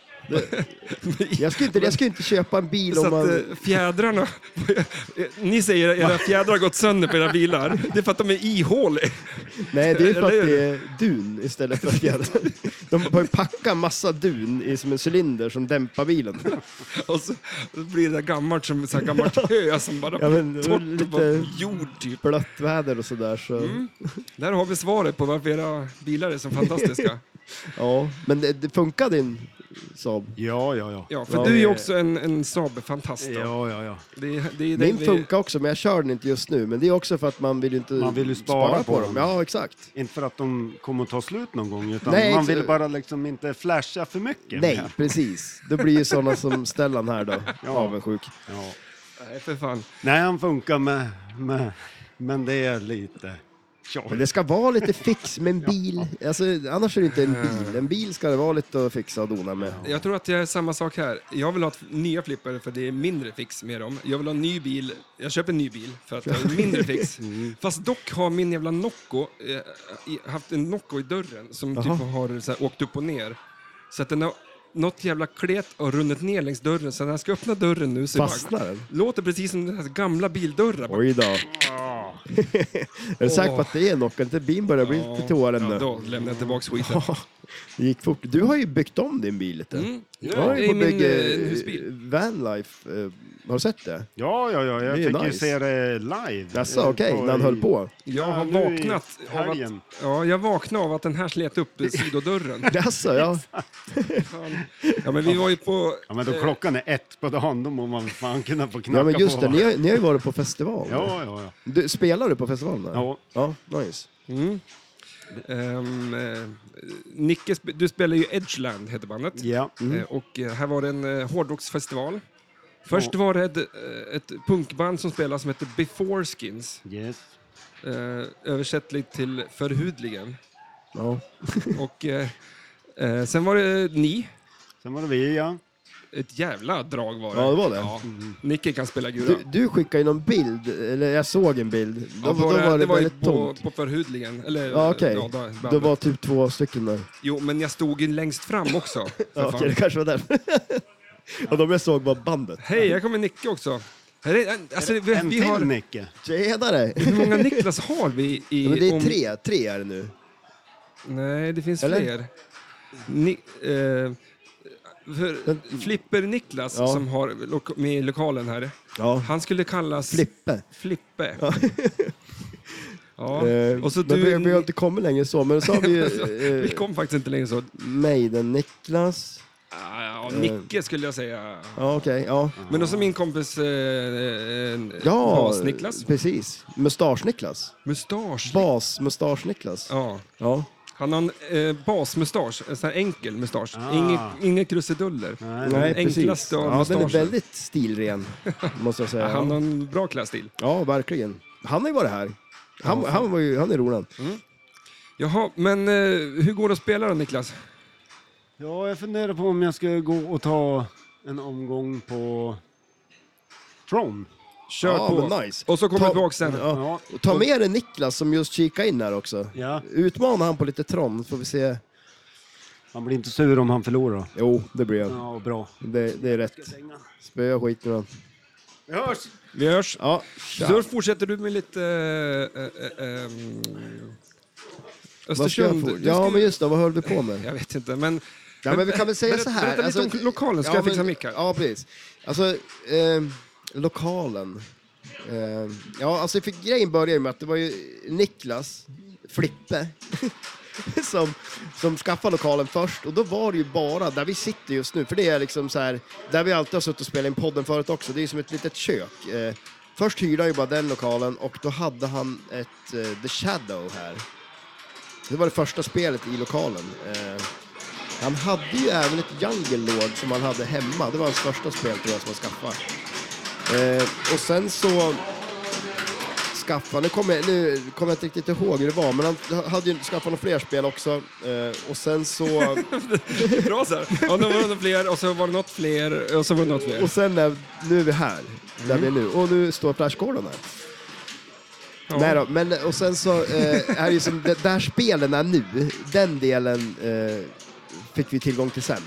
Jag skulle inte köpa en bil Så om att man... fjädrarna... Ni säger att era fjädrar har gått sönder på era bilar. Det är för att de är ihåliga. Nej, det är för att Eller hur? det är dun istället för fjädrar. De får ju packa massa dun i som en cylinder som dämpar bilen. Och så blir det där gammalt som så här gammalt hö som bara Ja, men torrt lite- och bara jord typ. Blött väder och sådär. Så. Där har vi svaret på varför era bilar är så fantastiska. Ja, men det funkar din Saab. Ja. Ja, för Ja, du är ju det- också en Saab-fantast. då. Ja. Det är Min funkar också, men jag kör den inte just nu. Men det är också för att man vill ju inte Man vill ju spara på dem. Ja, exakt. Inte för att de kommer att ta slut någon gång, utan Nej, man så- vill bara liksom inte flasha för mycket. Nej, med. precis. Det blir ju sådana som Stellan här då. Ja. Avundsjuk. Ja. Nej, för fan. Nej, han funkar med men det är lite... Men det ska vara lite fix med en bil. Alltså, annars är det inte en bil. En bil ska det vara lite att fixa och dona med. Jag tror att det är samma sak här. Jag vill ha nya flipper för det är mindre fix med dem. Jag vill ha en ny bil. Jag köper en ny bil för att det är mindre fix. Fast dock har min jävla Nocco haft en Nocco i dörren som typ har så här, åkt upp och ner. Så att den har något jävla klet och runnit ner längs dörren. Så när jag ska öppna dörren nu så Fastnar den? låter precis som den här gamla bildörrar. Bara, Oj då. Är du säker på att det är något? Inte bilen börjar bli lite till åren ja, nu. då lämnar jag tillbaka skiten. Det gick fort. Du har ju byggt om din bil lite. Ja, Du har ju det är på min bygge husbil. Vanlife. Har du sett det? Ja, jag Det är fick ju nice. se det live. Jaså, okej, när han höll på. Jag har nu i vaknat av att, helgen. jag vaknade av att den här slet upp sidodörren. Jaså, ja. Ja, men vi var ju på... Ja, men då klockan är 1 på dagen, då må man fan kunna få knacka Ja, men just på. det. Ni har ju varit på festival. Ja. Spelar du på festivalen? där? Ja. Ja, nice. Nicke, du spelar ju Edgeland, heter bandet. Ja. Och här var det en hårdrocksfestival. Först var det ett punkband som spelade som heter Before Skins. Yes. Översättligt till Förhudligen. Ja. Och sen var det ni. Sen var det vi, ja. Ett jävla drag var det. Ja, det var det. Ja. Nicke kan spela gura. Du skickade ju någon bild, eller jag såg en bild. Då var det var ju väldigt på, tomt. på Förhudligen. Eller, Ja, okej. där, Det var typ 2 stycken där. Jo, men jag stod ju längst fram också. för Ja, fan. okej, det kanske var därför. Och de jag såg var bandet. Hej, jag kommer Nicke också. Här är, alltså, En vi till har, Nicke. Tjenare! hur många Niklas har vi i... Ja, men det är 3 är det nu. Nej, det finns Eller? fler. Flipper Niklas, Ja. som har med i lokalen här, Ja. han skulle kallas... Flippe. Ja. Och så men du... vi har inte kommit längre så, men så har vi ju vi kom faktiskt inte längre så. Maiden Niklas. Ja, Nicke skulle jag säga. Ja, okej. Ja. Men också min kompis Ja, Bas-Niklas. precis. Mustasch-Niklas. Mustasch. Bas-Mustasch-Niklas. Ja. Ja. Han har en basmustasch, en sån här enkel mustasch. Ah. Inga krusiduller. Nej, enklaste av Ja, den är mustascher. väldigt stilren, måste jag säga. Han har en bra klädstil. Ja, verkligen. Han har ju varit här. Han är rolig. Jaha, men hur går det att spela då, Niklas? Ja, jag funderar på om jag ska gå och ta en omgång på Tron. Kör Ja, på. men nice. Och så kommer vi tillbaka sen. Ja. Ta med dig Niklas som just kikar in här också. Ja. Utmana han på lite Tron, får vi se. Han blir inte sur om han förlorar. Jo, det blir han. Ja, bra. Det är rätt. Spöa skit med han. Vi hörs! Vi hörs. Ja, Så fortsätter du med lite Östersund. Du Ja, ska- men just det, vad höll vi på med? Jag vet inte, men... Ja, men vi kan väl säga berätta- så här. Berätta lite om lokalen, ska jag fixa mick här. Ja, precis. Alltså, lokalen. Ja, alltså för grejen började ju med att det var ju Niklas, Flippe, som skaffade lokalen först. Och då var det ju bara där vi sitter just nu. För det är liksom så här, där vi alltid har suttit och spelat in podden förut också. Det är ju som ett litet kök. Först hyrde han ju bara den lokalen och då hade han ett The Shadow här. Det var det första spelet i lokalen. Han hade ju även ett Jungle Lord som han hade hemma. Det var hans första spel tror jag som han skaffade. Och sen så skaffade, nu kommer jag inte riktigt ihåg hur det var, men han hade ju skaffat några fler spel också. Och sen så... Bra så här. Ja, nu var det fler, och så var det något fler, och så var det något fler. Och sen nu är vi här, där vi är nu. Och nu står Flash Gordon här. Ja. Nej då, men och sen så är det ju som där spelen är nu, den delen fick vi tillgång till sen.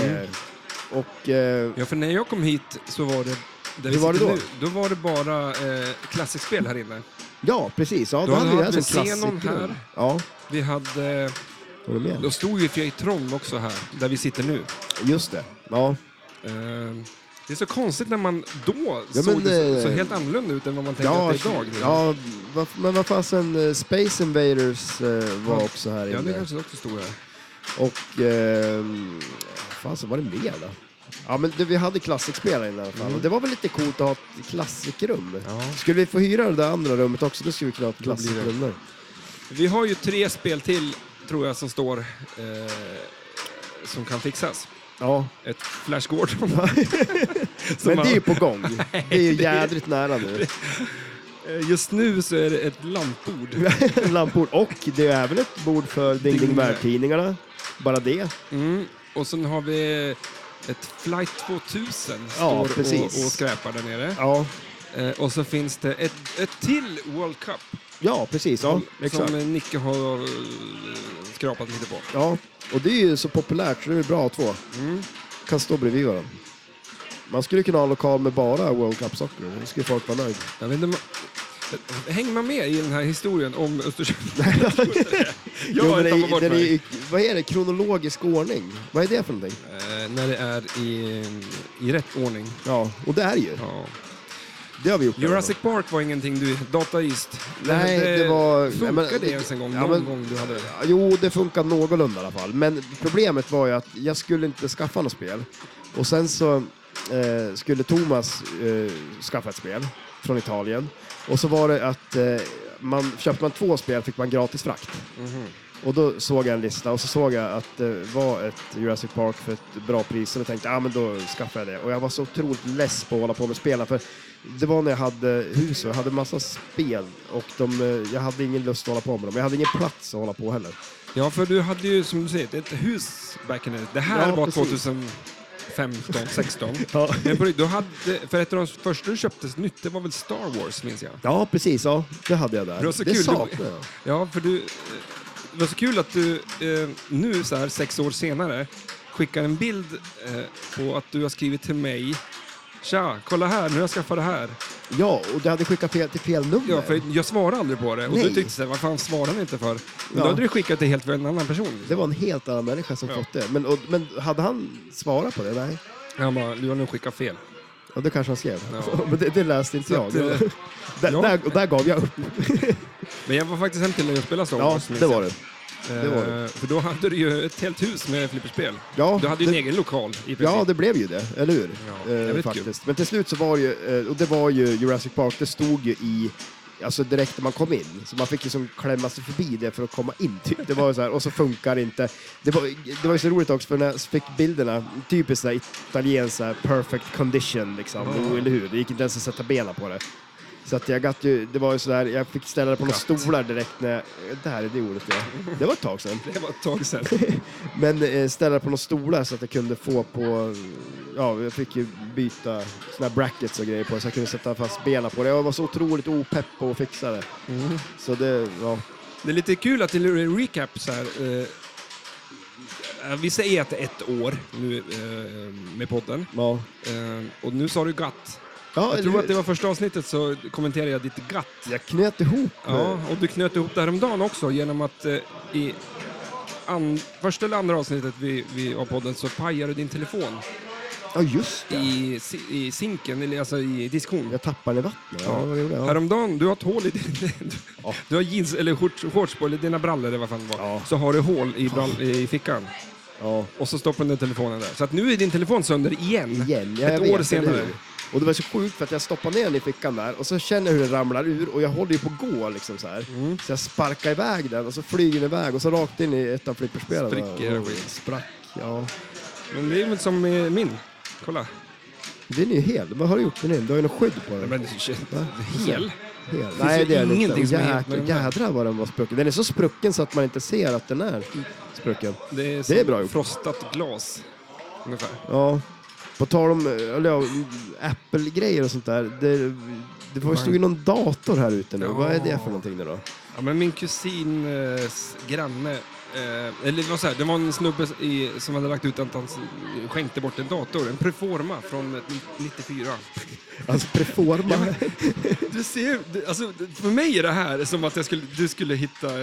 Ja, för när jag kom hit så var det... Där Hur var det sitter då? Nu, då var det bara klassikspel här inne. Ja, precis. Ja, Då då hade vi det här hade som vi Xenon klassiker. här. Ja, Vi hade... var du med? Då stod ju Fjäjtron också här, där vi sitter nu. Just det. Ja. Det är så konstigt när man då Ja, såg men, det så helt annorlunda ut än vad man tänker Ja, att det är idag. ja, men vad fasen, Space Invaders var också här Ja, det inne. kanske också stod här. Och fasen var det mer då? Ja, men vi hade klassikspel här inne i alla fall. Och det var väl lite coolt att ha ett klassikrum. Ja. Skulle vi få hyra det där andra rummet också, då skulle vi kunna ha ett Då blir det. klassikrum där. Vi har ju 3 spel till, tror jag, som står som kan fixas. Ja, Ett Flash Gordon. men det är ju på gång. Det är ju jädrigt nära nu. Just nu så är det ett lampbord. Lampor. Och det är även ett bord för Ding Ding Värld-tidningarna. Bara det. Och sen har vi ett Flight 2000 Ja, står precis. och skräpar där nere. Ja, Och så finns det ett till World Cup ja precis. Ja, exakt. som Nicke har skrapat lite på. Ja, och det är ju så populärt så det är bra att få. Kan stå bredvid varandra. Man skulle kunna ha en lokal med bara World Cup Soccer. Det skulle folk vara nöjd. Jag vet inte, hänger man med i den här historien om Östersund? Jo, men den är, vad är det? Kronologisk ordning. Vad är det för någonting? När det är i rätt ordning. Ja, och det är ju. Ja. Det har vi gjort. Jurassic Park var ingenting du... Data East. Nej, det var... Funkar det ens en gång? Ja, Någon men- gång du hade det? Jo, det funkar någorlunda i alla fall. Men problemet var ju att jag skulle inte skaffa något spel. Och sen så skulle Thomas skaffa ett spel från Italien. Och så var det att köpte man 2 spel fick man gratis frakt. Och då såg jag en lista och så såg jag att det var ett Jurassic Park för ett bra pris. Och då tänkte jag, men då skaffade jag det. Och jag var så otroligt less på att hålla på med spelen. För det var när jag hade hus och jag hade massa spel. Och jag hade ingen lust att hålla på med dem. Jag hade ingen plats att hålla på heller. Ja, för du hade ju, som du säger, ett hus back in the day. Det här Ja, var precis. 2015, 16. Ja. Men du hade, för ett av de första du köptes nytt, det var väl Star Wars, minns jag. Ja, precis. Ja, det hade jag där. Det var så det kul. saknar jag. Ja, för du... Det var så kul att du nu, så här 6 år senare, skickar en bild på att du har skrivit till mig. Tja, kolla här, nu har jag skaffat det här. Ja, och du hade skickat till fel nummer. Ja, för jag svarade aldrig på det. Och Nej. du tyckte såhär, vad fan svarade ni inte för? Men Ja. då hade du skickat det helt för en annan person. Det var en helt annan människa som Ja. fått det. Men hade han svarat på det? Nej. Han bara, du har nog skickat fel. Ja, det kanske han skrev. Ja. Men det läste inte Så jag. att, där, ja. där gav jag upp. Men jag var faktiskt hem till dig och spelade Star Ja, Wars. minns det jag. var det. Det var det. För då hade du ju ett helt hus med flipperspel. Ja, Du hade ju en egen lokal i princip. Ja, det blev ju det, eller hur? Ja, jävligt faktiskt. kul. Men till slut så var det ju, och det var ju Jurassic Park, det stod ju i, alltså direkt när man kom in. Så man fick liksom klämma sig förbi det för att komma in, typ. Det var ju så här, och så funkar det inte. Det var ju så roligt också, för när jag fick bilderna, typiskt så här italiensk, så här perfect condition, liksom. Eller hur? Det gick inte ens att sätta benen på det. Så att det var ju sådär, jag fick ställa det på några stolar direkt när, där är det ordet, ja. Det var ett tag sedan. Det var ett tag sedan. Men ställa det på några stolar så att jag kunde få på, ja, jag fick ju byta såna här brackets och grejer på så jag kunde sätta fast benen på det. Jag var så otroligt opepp på att fixa det. Så det, ja. Det är lite kul att till en recap så här. Vi säger att det är 1 år nu med podden. Ja. Och nu sa du gatt. Ja, Jag tror att det var första avsnittet så kommenterade jag ditt gatt. jag knöt ihop. Ja, och du knöt ihop det häromdagen också genom att i första eller andra avsnittet vi av podden så pajade din telefon Ja, just det. i sinken, eller alltså i diskhon. Jag tappade i vattnet. Ja. Vad gjorde jag? Häromdagen, du har ett hål i din... Du har jeans eller shorts på, eller dina brallor eller vad fan det var. Ja. Så har du hål i fickan. Ja. Och så stoppar du telefonen där. Så att nu är din telefon sönder igen. Jag Ett vet, år senare. eller hur? Och det var så sjukt för att jag stoppar ner den i fickan där och så känner jag hur den ramlar ur och jag håller ju på att gå liksom så här. Så jag sparkar iväg den och så flyger den iväg och så rakt in i ett av flipperspelarna. Spricker. Och sprack, ja. Men det är väl som min. Kolla. Den är ju hel. Vad har du gjort med den? Du har ju något skydd på den. Men hel. Hel. finns Nej, ju det är det ingenting inte. som är helt med den där. Jädrar vad den var sprucken. Den är så sprucken så att man inte ser att den är sprucken. Det är, Det är bra gjort. frostat glas. Ungefär. Ja. På tal om Apple-grejer och sånt där. Det stod ju någon dator här ute nu. Ja. Vad är det för någonting nu då? Ja, men min kusins granne, eller det var så här, det var en snubbe som hade lagt ut att han skänkte bort en dator, en Preforma från 94. Alltså Preforma. Du ser, alltså, för mig är det här som att du skulle hitta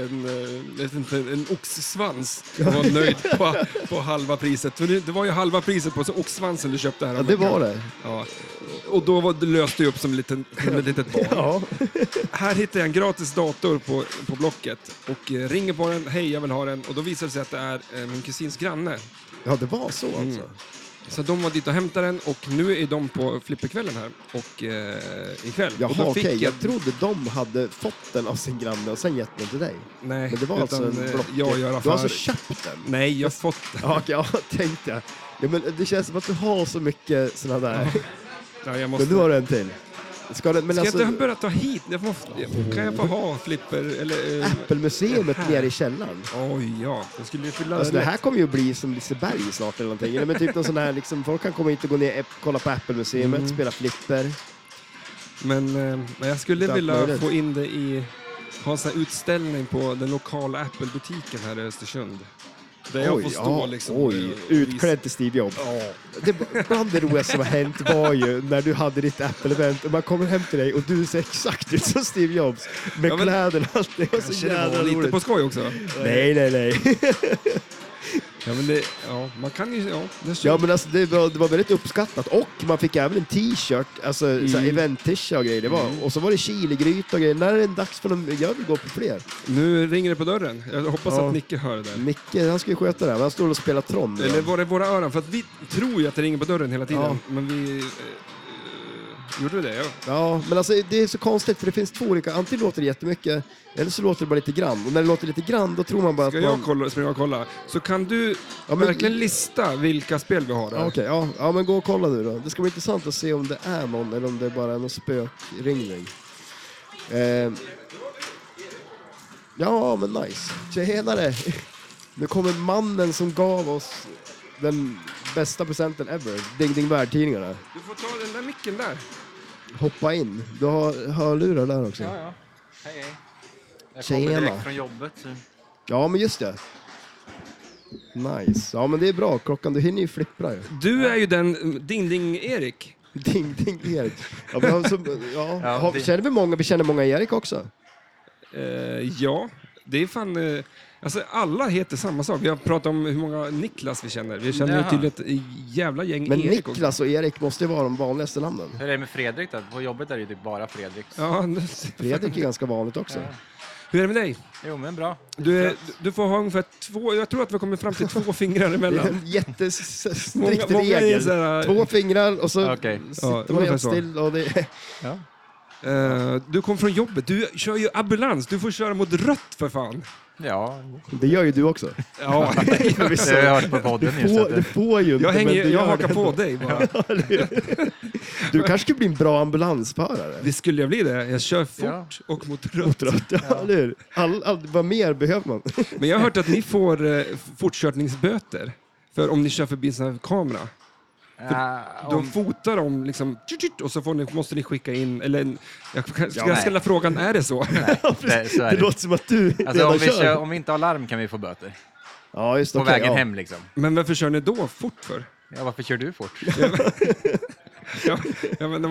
en oxsvans och vara nöjd på halva priset. För det var ju halva priset på så oxsvansen du köpte här. Ja, det var det. Ja. Och då löste jag upp som ett litet barn. Ja. Här hittar jag en gratis dator på Blocket och ringer på den, hej jag vill ha den, och då visar det sig att det är min kusins granne. Ja, det var så alltså. Så de var dit och hämtade den och nu är de på flipperkvällen här och ikväll. Jaha, och då fick okej. Jag trodde de hade fått den av sin granne och sen gett den till dig. Nej, Men det var alltså en Blocket. jag gör Du affär. har alltså köpt den? Nej, jag har fått den. Ja, okej, ja, tänkte jag. Ja, men det känns som att du har så mycket såna där. Ja, jag måste... Men nu har du en till. Ska jag inte börja ta hit? Kan jag få ha flipper? Eller, Apple-museet nere i källaren. Oj, ja. Jag skulle ju fylla Alltså, det här kommer ju bli som Liseberg snart eller någonting. Eller men typ någon sån här, liksom, folk kan komma hit och gå ner, kolla på Apple-museet, spela flipper. Men jag skulle Allt vilja möjligt. få in det ha en sån här utställning på den lokala Apple-butiken här i Östersund. Där jag får stå liksom. Utklädd till Steve Jobs. Bland det roligaste som har hänt var ju när du hade ditt Apple-event och man kommer hem till dig och du ser exakt ut som Steve Jobs. Med Ja, men- kläderna och allt. Det var så Kanske det jävla var lite roligt. på skoj också. Nej. Ja, men det, ja, man kan ju, ja. Det Ja, men alltså, det var väldigt uppskattat. Och man fick även en t-shirt, alltså så här event-t-shirt och grejer. Det var. Och så var det chiligryta och grejer. När är det dags för dem? Jag vill gå på fler. Nu ringer det på dörren. Jag hoppas att Nicke hör det där. Micke, han ska ju sköta det här. Han står och spelar Tron. Eller var det våra öron? För att vi tror ju att det ringer på dörren hela tiden. Ja. Men vi... gjorde vi det? Ja. Ja, men alltså det är så konstigt för det finns två olika. Antingen låter det jättemycket eller så låter det bara lite grann. Och när det låter lite grann då tror man bara Ska att man... jag springa och kolla? Så kan du men- verkligen lista vilka spel vi har där? Ja, okej, ja, men gå och kolla du då. Det ska bli intressant att se om det är någon eller om det bara är någon spökringning. Ja, men nice. Tjenare! Nu kommer mannen som gav oss den bästa presenten ever. Ding Ding Värld-tidningarna. Du får ta den där micken där. Hoppa in. Du har hörlurar där också. Ja. Hej. Jag Tjena. kommer direkt från jobbet. Så. Ja, men just det. Nice. Ja, men det är bra. Klockan, du hinner ju flippra ju. Du är ju den Ding Ding Erik. Ding Ding Erik. Ja, men alltså, Ja, känner vi många? Vi känner många Erik också. Ja, det är fan... alltså alla heter samma sak. Vi har pratat om hur många Niklas vi känner. Vi känner ju Jaha. till ett jävla gäng Men Erik också. Niklas och Erik måste ju vara de vanligaste namnen. Hur är det med Fredrik då? På jobbet är det ju typ bara Fredrik. Ja, Fredrik är ganska vanligt också. Ja. Hur är det med dig? Jo, men bra. Du får ha ungefär 2, jag tror att vi kommer fram till 2 fingrar Det är emellan. en jättestrikt Många är regel. så här, 2 fingrar och så Okej. sitter man ungefär helt så. still. Och det... Ja. Du kom från jobbet, du kör ju ambulans, du får köra mot rött för fan. Ja, det gör ju du också. Ja, det har jag hört på podden just. Du får ju inte, men du jag gör hakar det på ändå. dig bara. Du kanske skulle bli en bra ambulansförare. Det skulle jag bli det. Jag kör fort och mot rött. Ja, eller hur? Vad mer behöver man? Men jag har hört att ni får fortkörningsböter för om ni kör förbi en sån här kamera. De fotar dem liksom, och så måste ni skicka in, eller jag ställa frågan, är det så? Nej, så är Det låter som att du alltså, om, redan kör. om vi inte har larm kan vi få böter. Ja, just det. På Okej, vägen ja. hem liksom. Men varför kör ni då fort för? Ja, varför kör du fort? Ja, men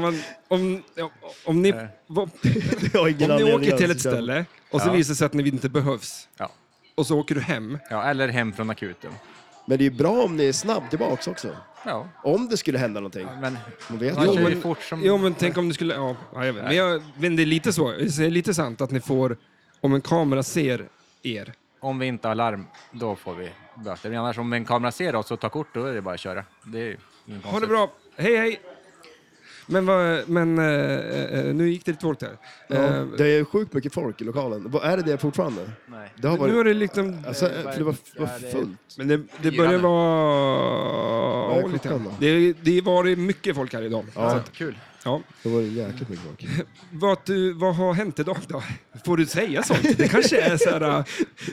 om ni, Jag har ingen om ni anledning åker till alls ett att köra. ställe och så Ja. visar det sig att ni inte behövs Ja. och så åker du hem. Ja, eller hem från akuten. Men det är ju bra om ni är snabb tillbaks också. Ja, Om det skulle hända någonting. men Man vet man ju. kör ju men- fort som... Jo, men tänk om du skulle, ja jag vet. Men det är lite så, det är lite sant att ni får, om en kamera ser er. Om vi inte har larm, då får vi böter. Men annars om en kamera ser oss och tar kort, då är det bara att köra. Det är ingen Ha det konstigt. bra, hej! Men nu gick det lite dåligt här. Ja, det är sjukt mycket folk i lokalen. Är det fortfarande? Nej. Det har Nu har varit... det liksom... Alltså, för det var fullt. Men det Fyra börjar nu. vara... Vad är klockan då? Det var mycket folk här idag. Ja. Så, Kul. ja. Det var jäkligt mycket folk. Vad har hänt idag då? Får du säga sånt? Det kanske är så här...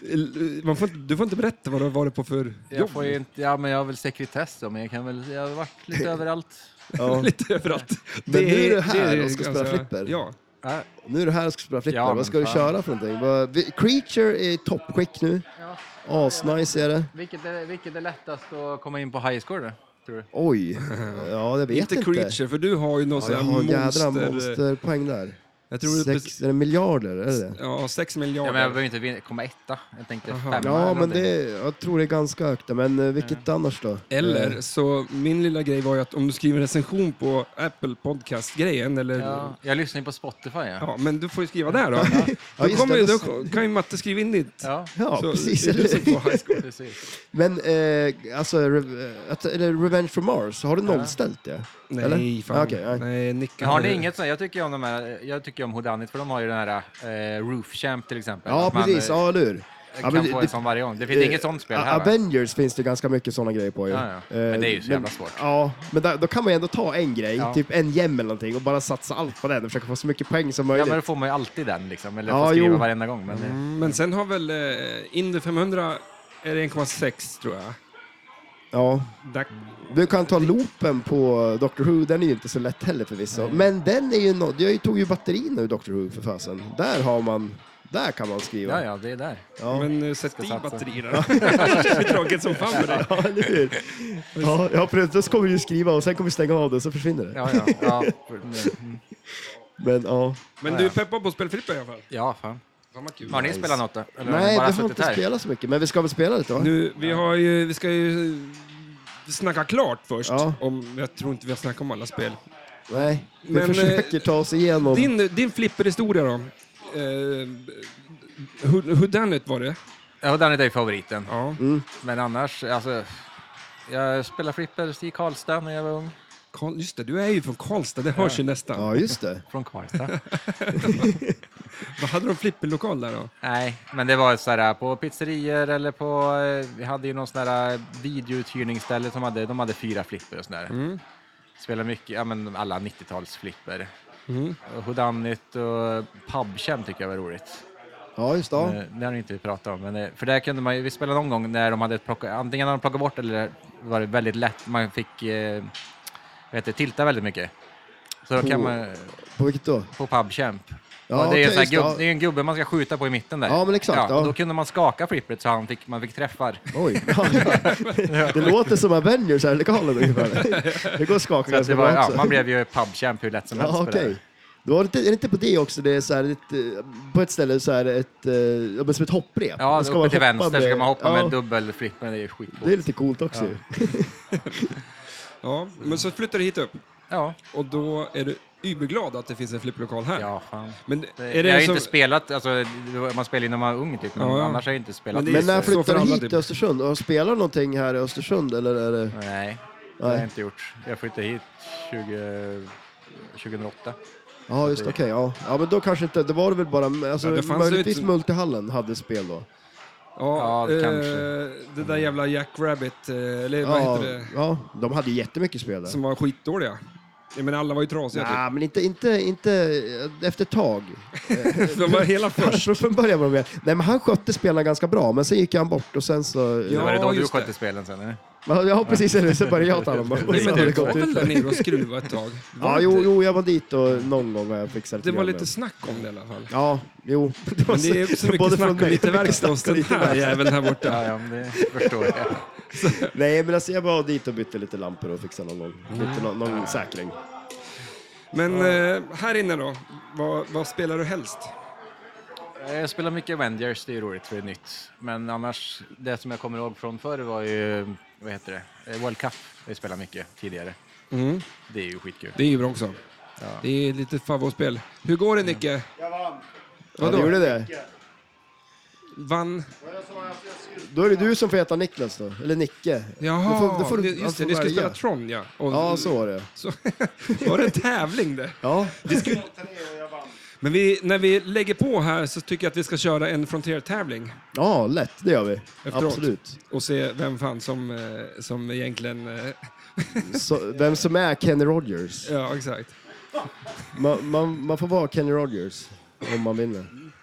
Du får inte berätta vad du har varit på för Jag jobb. får ju inte... Ja, men jag har väl sekretess då, men jag har varit lite överallt. Ja. Lite överallt. Men nu är du här och ska spela flipper. Ja. Ja, Nu är du här och ska spela flipper. Ja, Vad men ska du fan. köra för någonting? Creature är i toppskick nu. Asnice är det. vilket är lättast att komma in på high score då, tror du? Oj. Ja, det vet Inte inte. Creature, för du har ju någon Ja, sån jag här har en jädra monster... monsterpoäng där. Jag tror det är 6 eller miljarder, är det? Ja, 6 Ja, miljarder. men jag behöver inte komma etta. Jag tänkte Aha. 5 eller Ja, men någonting. jag tror det är ganska högt. Men vilket annars då? Eller så, min lilla grej var ju att om du skriver recension på Apple Podcast-grejen, eller... Ja, jag lyssnar ju på Spotify. Ja, men du får ju skriva där då. Ja, Då, just kommer, det, då kan ju Matte skriva in ditt. Ja, Ja, Så, precis. det är du som Eller? får high score. precis. Men alltså, eller Revenge from Mars, har du nollställt det? Nej, Eller? fan. Okej, nej. Nej, Nick. Men har ni inget sånt? Jag tycker om de här, jag tycker om Houdanit, för de har ju den här Roof Champ till exempel. Ja, Att man, precis. Ja, eller hur? kan men få en sån varje gång. Det finns inget sånt spel här, va? Avengers finns det ganska mycket sådana grejer på ju. Ja, ja. Men det är ju så jävla svårt. Ja, men då kan man ju ändå ta en grej, Ja. typ en gem eller någonting och bara satsa allt på den och försöka få så mycket poäng som Ja, möjligt. men då får man ju alltid den liksom. Eller Ja, får skriva jo. varenda gång. Men Men sen har väl Indy 500 är det 1,6 tror jag. Ja. Där, Du kan ta loopen på Doctor Who, den är ju inte så lätt heller förvisso. Men den är ju jag tog ju batterierna ur Doctor Who för fasen. Där kan man skriva. ja, det är där. Ja. Men sätt Ska i satsa. batterierna. Det känns tråkigt som fan för dig. Ja, eller hur? Ja, precis. Då kommer vi ju skriva och sen kommer vi stänga av det så försvinner det. Ja. Men ja. Men du är peppad på att spela flipper i alla fall. Ja, fan. Fan vad kul. Har ni spelat något då? Eller har Nej, ni vi bara har suttit inte här? spelat så mycket, men vi ska väl spela lite va? Nu, vi ska ju snacka klart först. Ja. Jag tror inte vi har snackat om alla spel. Nej, vi Men, försöker ta oss igenom. Din flipperhistoria då? Houdanit var det? Ja, Houdanit är ju favoriten. Ja. Men annars, alltså... Jag spelade flipper i Karlstad när jag var ung. Just det, du är ju från Karlstad, det hörs ju nästan. Ja, just det. Från Karlstad. Vad hade de flipperlokal där då? Nej, men det var så här på pizzerior eller på... Vi hade ju någon sån där videouthyrningsställe som de hade 4 flipper och sådär. Spelade mycket, ja men alla 90-tals flipper. Houdanit och PubChem tycker jag var roligt. Ja, just det. Det har ni inte pratat om. Men för där kunde man ju, vi spelade någon gång när de hade antingen hade de plockat bort eller var det väldigt lätt. Man fick tilta väldigt mycket. Så då kan man På vilket då? på PubChamp. Ja, Och det är en okej, sån här just det. det är en gubbe man ska skjuta på i mitten där. Ja, men exakt, ja. Och då kunde man skaka flippret så man fick träffar. Oj. Det låter som Avengers här i lokalen ungefär. Det går att skaka Så att ganska det var, bra också. man blev ju PubChamp hur lätt som helst Ja, på det. okej. Då var det inte på det också, det är så här på ett ställe så här som ett hopprep. Ja, Då uppe till man hoppa vänster ska man hoppa ja, med dubbelflippen. Det är skitbort. Det är lite coolt också. Ja. ju. Ja, men så flyttar du hit upp. Ja, Och då är du überglad att det finns en flipplokal här. Ja, fan. Men Jag har inte spelat, alltså, man spelar ju när man är ung typ, men annars har jag inte spelat. Men Men när så för flyttade du alla hit typ. till Östersund? Och spelar du någonting här i Östersund eller är det... Nej, det har jag inte gjort. Jag flyttade hit 2008. Ja, just okej. Ja, men då kanske inte... Det var det väl bara... Alltså, det fanns möjligtvis ju ett- Multihallen hade spel då. Ja, kanske. Det där jävla Jack Rabbit, eller vad Ja, heter det? ja, de hade ju jättemycket spel där. Som var skitdåliga. Jag menar, alla var ju trasiga Nej, men inte efter ett tag. typ. De var hela först. Från början var de med. Nej, men han skötte spelarna ganska bra, men sen gick han bort och sen så... Ja, Var det då du just det. skötte spelen sen? Eller? Ja, precis. Så började jag ta dem. Men du var väl där nere och skruva ett tag? Var Ja, det inte? jo, jag var dit och någon gång har jag fixat Det var grann lite med. snack om det i alla fall. Ja, jo. Men det är inte så mycket både snack från och mig- lite mycket verkstad snack hos och den lite här verkstad. jäveln här borta. Ja, men det förstår jag. Nej, men alltså jag var dit och bytte lite lampor och fixade någon gång. Lite någon säkring. Men här inne då, vad spelar du helst? Jag spelar mycket Avengers, det är roligt för det är nytt. Men annars, det som jag kommer ihåg från förr var ju, vad heter det? World Cup, jag spelade mycket tidigare. Mm. Det är ju skitkul. Det är ju bra också. Det är lite favoritspel. Hur går det, Nicke? Jag vann. Ja, Vadå? du gjorde det? Vann? Då är det du som får heta Niklas då. Eller Nicke. Jaha, Då får du- just alltså, det. Ni skulle välja. spela Tron, ja. Och, Ja, så var det. så var det en tävling det. Ja, Men när vi lägger på här så tycker jag att vi ska köra en Frontier-tävling ja, lätt. Det gör vi. Efteråt. Absolut. och se vem fan som egentligen... Så, vem som är Kenny Rogers. Ja, exakt. Man får vara Kenny Rogers om man vinner.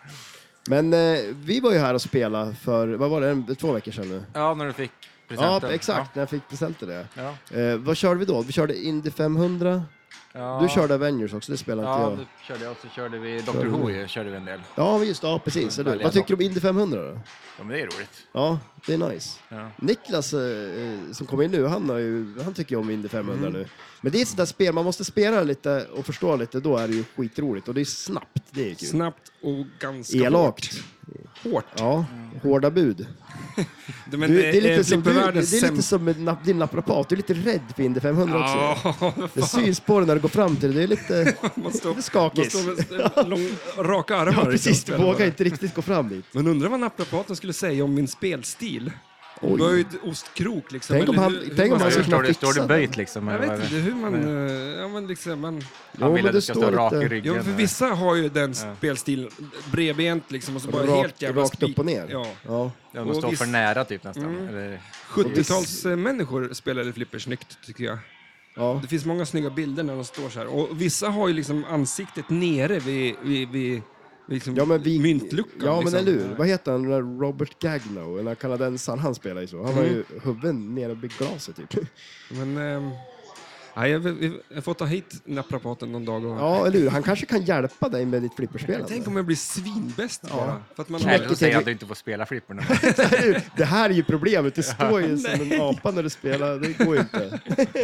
Men vi var ju här och spelade för, vad var det, 2 veckor sedan nu? Ja, när du fick Ja, presenten. exakt. När jag fick presenter det. Ja. Vad körde vi då? Vi körde Indy 500. Ja. Du körde Avengers också, det spelade Ja, inte jag. det körde jag. Och så körde vi Körde Dr. Who, du? körde vi en del. Ja, just ja, precis. Eller? Välja Vad tycker du om Indy 500 då? Ja, men det är roligt. Ja, det är nice. Ja. Niklas som kommer in nu, han tycker ju om Indy 500 nu. Men det är ett sånt där spel, man måste spela lite och förstå lite, då är det ju skitroligt. Och det är snabbt, det är kul. Snabbt och ganska Elakt. hårt. Ja, hårda bud. Men Det är lite som, det är flippervärldens lite som med din naprapat, du är lite rädd för Indy 500 också. Ja, Det syns på dig när du går fram till det, det är lite, man står lite skakigt. med raka armar. Ja, precis, du liksom. vågar inte riktigt gå fram dit. Men undrar vad naprapaten skulle säga om min spelstil. Oj. Böjd ostkrok liksom. Tänk om eller han- hur tänk om man han ska- skulle kunna Står fixa du böjt liksom? Jag eller vet vad är inte det? hur man... Ja, men liksom, Han Jo, vill men att du det ska står stå rak i lite- ryggen. ja, för vissa har ju den spelstilen bredbent liksom och så bara helt Rakt, jävla rakt upp och ner. Ja. Ja. Ja, de och står viss- för nära typ nästan. Eller, 70-talsmänniskor spelade flipper snyggt, tycker jag. Ja. Det finns många snygga bilder när de står så här. Och vissa har ju liksom ansiktet nere vid liksom Ja, men myntluckan. Ja, men liksom. eller hur? Vad heter han? Den där Robert Gagno, den här kanadensaren, han spelar ju så. Han har ju huvudet nere vid glaset typ. Men... nej, jag får ta hit naprapaten någon dag. Och... Ja, eller hur? Han kanske kan hjälpa dig med ditt flipperspelande. Tänk om jag blir svinbäst bara. För att man har... eller så säger jag att du inte får spela flipperna. Det här är ju problemet. Du står ju som en apa när du spelar. Det går ju inte.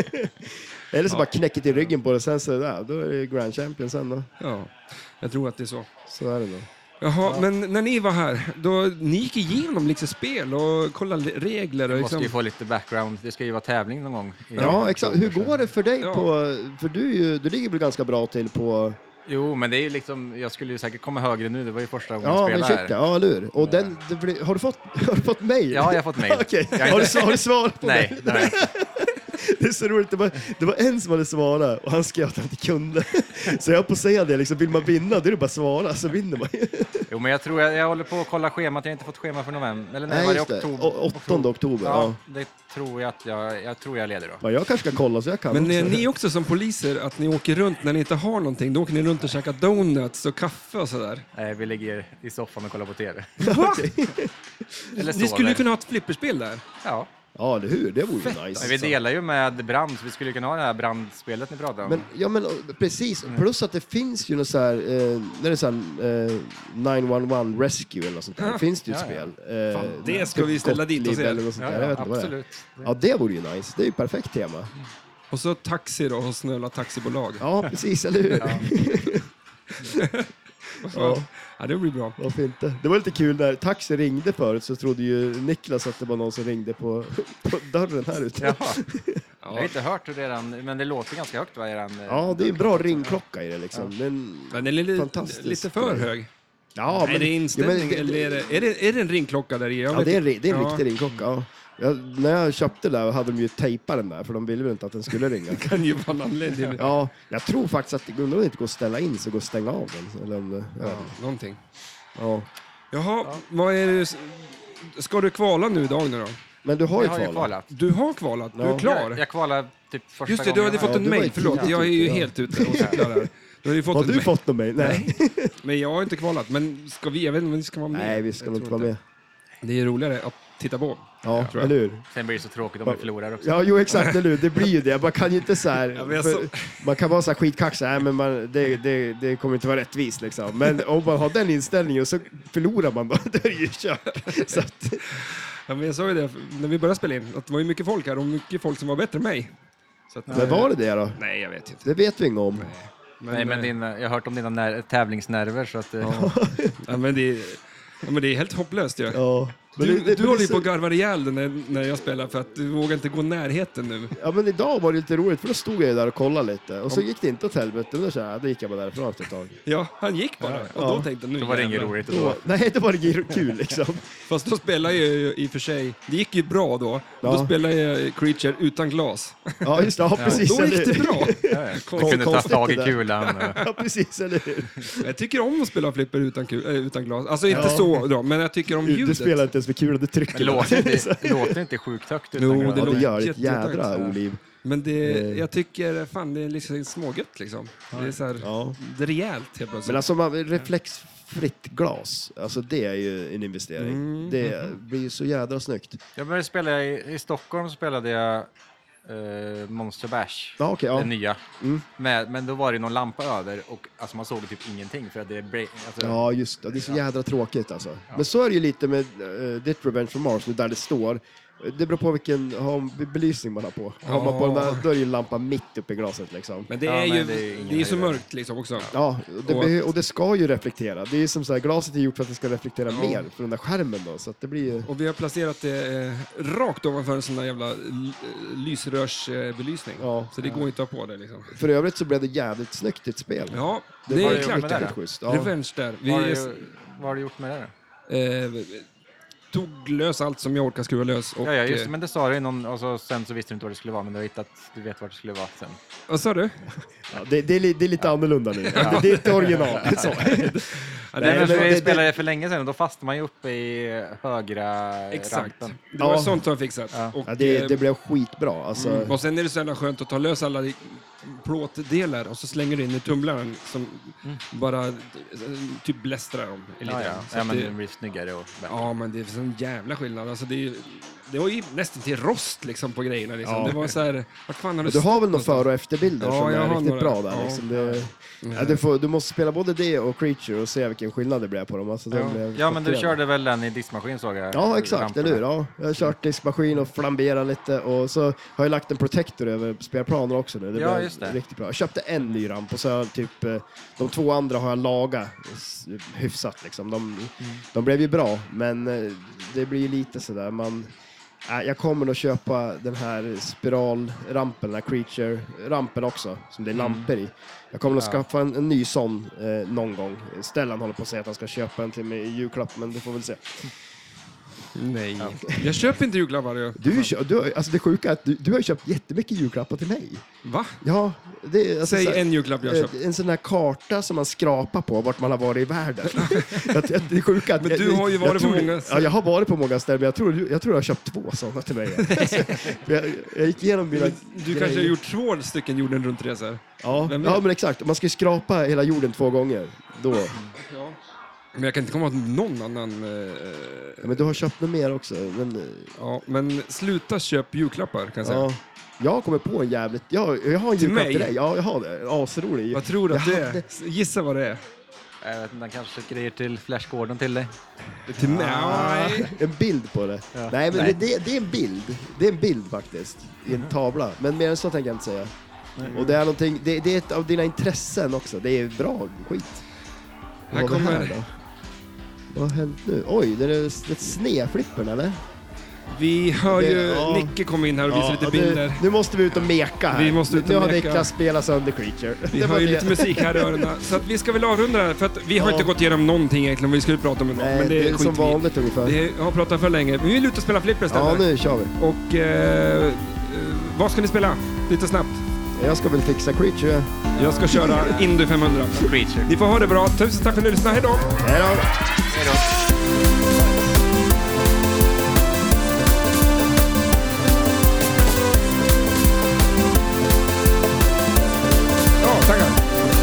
Eller så bara knäcker till ryggen på det. Sen så där, då är det Grand Champion sen då. Ja, jag tror att det är så. Så är det nog. Jaha, men när ni var här, ni gick igenom liksom spel och kollade regler och Du måste liksom... ju få lite background. Det ska ju vara tävling någon gång. Ja, exakt. Hur går det för dig Ja. på... För du ligger väl ganska bra till på... Jo, men det är ju liksom, jag skulle ju säkert komma högre nu. Det var ju första gången Ja, jag men spelade shit, här. ja, eller hur? Och den, har du fått mejl? Ja, jag har fått mejl. Okej. Jag är Har inte- du svarat på Nej, det? nej. Det är så roligt. Det var en som hade svarat och han skrev att han inte kunde. Så jag har på att säga det, liksom, vill man vinna, då är det bara att svara, så vinner man ju. Jo, men jag tror jag håller på att kolla schemat. Jag har inte fått schema för november. Eller Nej, var det just det. oktober? 8 oktober. Ja, Ja. det tror jag att jag tror jag leder då. Ja, jag kanske ska kolla så jag kan Men också. är ni också som poliser, att ni åker runt när ni inte har någonting? Då åker ni runt och käkar donuts och kaffe och sådär? Nej, vi ligger i soffan och kollar på TV. Okej. Eller Ni skulle sover. ju kunna ha ett flipperspel där. Ja, Ja, eller hur? Det vore ju men nice. vi delar ju med Brand, så vi skulle kunna ha det här brandspelet ni pratade om. Men, ja, men precis. Plus att det finns ju något så här, när det är så här 911 Rescue eller något sånt där. Det finns det ju ett Ja, ja. spel. Fan, det ska vi ställa dit och se. Eller något sånt där. Jag vet inte vad det är. absolut. Ja, det vore ju nice. Det är ju perfekt tema. Och så taxi då, hos snöla taxibolag. Ja, precis, eller hur? Ja. Ja, det blir bra. Varför inte? Det var lite kul när taxi ringde förut, så trodde ju Niklas att det var någon som ringde på dörren här ute. Jaha. Jag har inte hört hur redan, men det låter ganska högt va? Ja, det är en bra ringklocka i det liksom. Men den är lite för hög. Ja, men är det inställning eller är det en ringklocka där i? Ja, det är en riktig ringklocka. Ja. När jag köpte det hade de ju tejpat den där, för de ville väl inte att den skulle ringa. Det kan ju vara en anledning. Ja, jag tror faktiskt att det inte går att ställa in så går att stänga av den. Eller om det, någonting. Ja. Jaha, vad är det? Ska du kvala nu idag nu då? Men du har ju kvalat. kvalat. Du har kvalat? Du är klar? Jag kvalade typ första gången. Just det, du hade fått en mail. Förlåt, jag är ju helt ute och cyklar här. Har du fått någon mail? Nej. Men jag har inte kvalat. Men ska vi, jag vet inte om vi ska vara med. Nej, vi ska nog inte vara med. Det är roligare att titta på. Ja, eller hur? Sen blir det så tråkigt om vi förlorar också. Ja, jo exakt, eller hur? Det blir ju det. Man kan ju inte så här... Man kan vara så här skitkaxig, men det kommer inte vara rättvist liksom. Men om man har den inställningen så förlorar man då. Det är ju kört. Så att... Ja, men jag sa ju det när vi började spela in, att det var ju mycket folk här och mycket folk som var bättre än mig. Så att, men var det då? Nej, jag vet inte. Det vet vi inget om. Nej, men jag har hört om dina tävlingsnerver så att... Ja, men det är helt hopplöst ju. Ja. Du håller ju på att garva ihjäl när jag spelar för att du vågar inte gå närheten nu. Ja, men idag var det lite roligt för då stod jag där och kollade lite och så gick det inte åt helvete. Då gick jag bara därifrån efter ett tag. Ja, han gick bara. Och då tänkte jag, nu då var det inget roligt. Nej, det var inget kul liksom. Fast då spelade jag ju i och för sig, det gick ju bra då. Ja. Då spelade jag Creature utan glas. Ja, just det. Ja, precis. Då gick det bra. Du kunde ta tag i kulan. Ja, precis. Eller hur? Jag tycker om att spela flipper utan glas. Alltså inte så då, men jag tycker om ljudet. Du spelar inte ens med kulan, du trycker. Låter inte sjukt högt utan glas. Ja, det gör ett jädra oliv. Men jag tycker fan det är liksom smågött liksom. Det är så här, det är rejält helt plötsligt. Men alltså reflexfritt glas, alltså det är ju en investering. Det blir ju så jädra snyggt. Jag började spela i Stockholm, spelade jag Monster Bash, den nya. Men då var det någon lampa över och alltså man såg typ ingenting för att det är ja, just det. Det är så jädra tråkigt alltså. Ja. Men så är det ju lite med Dit Revenge from Mars nu där det står. Det beror på vilken belysning man har på. Har man på den där, då är det ju en lampa mitt uppe i glaset liksom. Men det är ju det är så mörkt liksom också. Ja, och det ska ju reflektera. Det är som så här, glaset är gjort för att det ska reflektera mer från den där skärmen då, så att det blir. Och vi har placerat det rakt ovanför en sån där jävla lysrörsbelysning. Så det går inte att ha på det liksom. För övrigt så blev det jävligt snyggt i ett spel. Ja, det är klart schysst. Revenge där. Vad har du gjort med det? Tog lös allt som jag orkar skruva lös. Och, ja, just det, men det sa du innan, och så, sen så visste du inte vad det skulle vara, men du vet vad det skulle vara sen. Vad sa du? Ja, det är lite annorlunda nu. Det är inte original. Så. Vi spelade det för länge sedan och då fastnade man ju uppe i högra rampen. Det var sånt som fixat. Ja. Och, det blev skitbra. Alltså. Och sen är det så jävla skönt att ta lös alla plåtdelar och så slänger du in i tumlaren som bara typ blästrar dem. Ja, men det blir snyggare. Ja, men det är en jävla skillnad. Alltså det var ju nästan till rost liksom på grejerna. Liksom. Ja. Det var så här, vart fan har du har väl några för- och efterbilder som är riktigt bra där. Liksom. Du måste spela både det och Creature och se vilken skillnad det blev på dem. Alltså, men du körde väl den i diskmaskin såg jag. Ja, exakt, eller hur? Ja. Jag har kört diskmaskin och flamberat lite och så har jag lagt en protector över spelplaner också nu. Det blev riktigt bra. Jag köpte en ny ramp och så typ de två andra har jag lagat hyfsat liksom. De blev ju bra, men det blir lite sådär jag kommer nog köpa den här spiralrampen, den här Creature-rampen också, som det är lampor i. Jag kommer nog skaffa en ny sån någon gång. Stellan håller på att säga att han ska köpa en till mig i julklapp, men det får väl se. Nej, jag köper inte julklappar. Alltså det sjuka är att du har köpt jättemycket julklappar till mig. Va? Ja. Säg en julklapp jag köpt. En sån här karta som man skrapar på vart man har varit i världen. Det är sjuka att men du har ju varit på många. Ja, jag har varit på många ställen, men jag tror jag har köpt 2 sådana till mig. Jag gick igenom mina du kanske har gjort 2 stycken jorden runt resor. Ja, men exakt. Man ska skrapa hela jorden 2 gånger. Då. Ja. Men jag kan inte komma åt någon annan. Men du har köpt mer också. Men sluta köp julklappar kan jag säga. Jag kommer på en jävligt. Jag har en julklapp till dig. Ja, jag har det. Asrolig. Vad tror du att det är? Gissa vad det är. Jag vet inte, kanske grejer till Flash Gordon till dig. Till mig? Nej. En bild på det. Ja. Nej, men det är en bild. Det är en bild faktiskt. I en tavla. Men mer än så tänker jag inte säga. Och det är någonting. Det är ett av dina intressen också. Det är bra skit. Här kommer... Vad har hänt nu? Oj, det är ett snedflippen eller? Vi hör ju Nicke komma in här och visa lite bilder. Nu måste vi ut och meka här. Vi måste ut och nu har meka. Niklas spelat sönder Creature. Vi har ju lite musik här i öronen. Så att vi ska väl avrunda det här, för att vi har inte gått igenom någonting egentligen vad vi skulle prata om idag. Nej, men det är som vanligt ungefär. Vi har pratat för länge. Vi vill ut och spela flipper istället. Ja, nu kör vi. Och vad ska ni spela? Lite snabbt. Jag ska väl fixa Creature. Jag ska köra Indy 500. Creature. Ni får ha det bra. Tusen tack för att ni lyssnade. Hej då! Hej då! Hej då. Ja, tackar.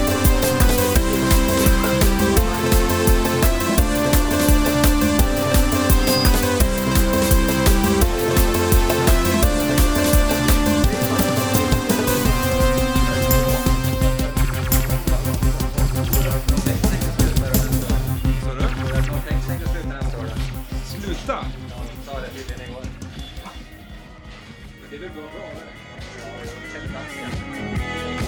Sluta! Det är väl bra.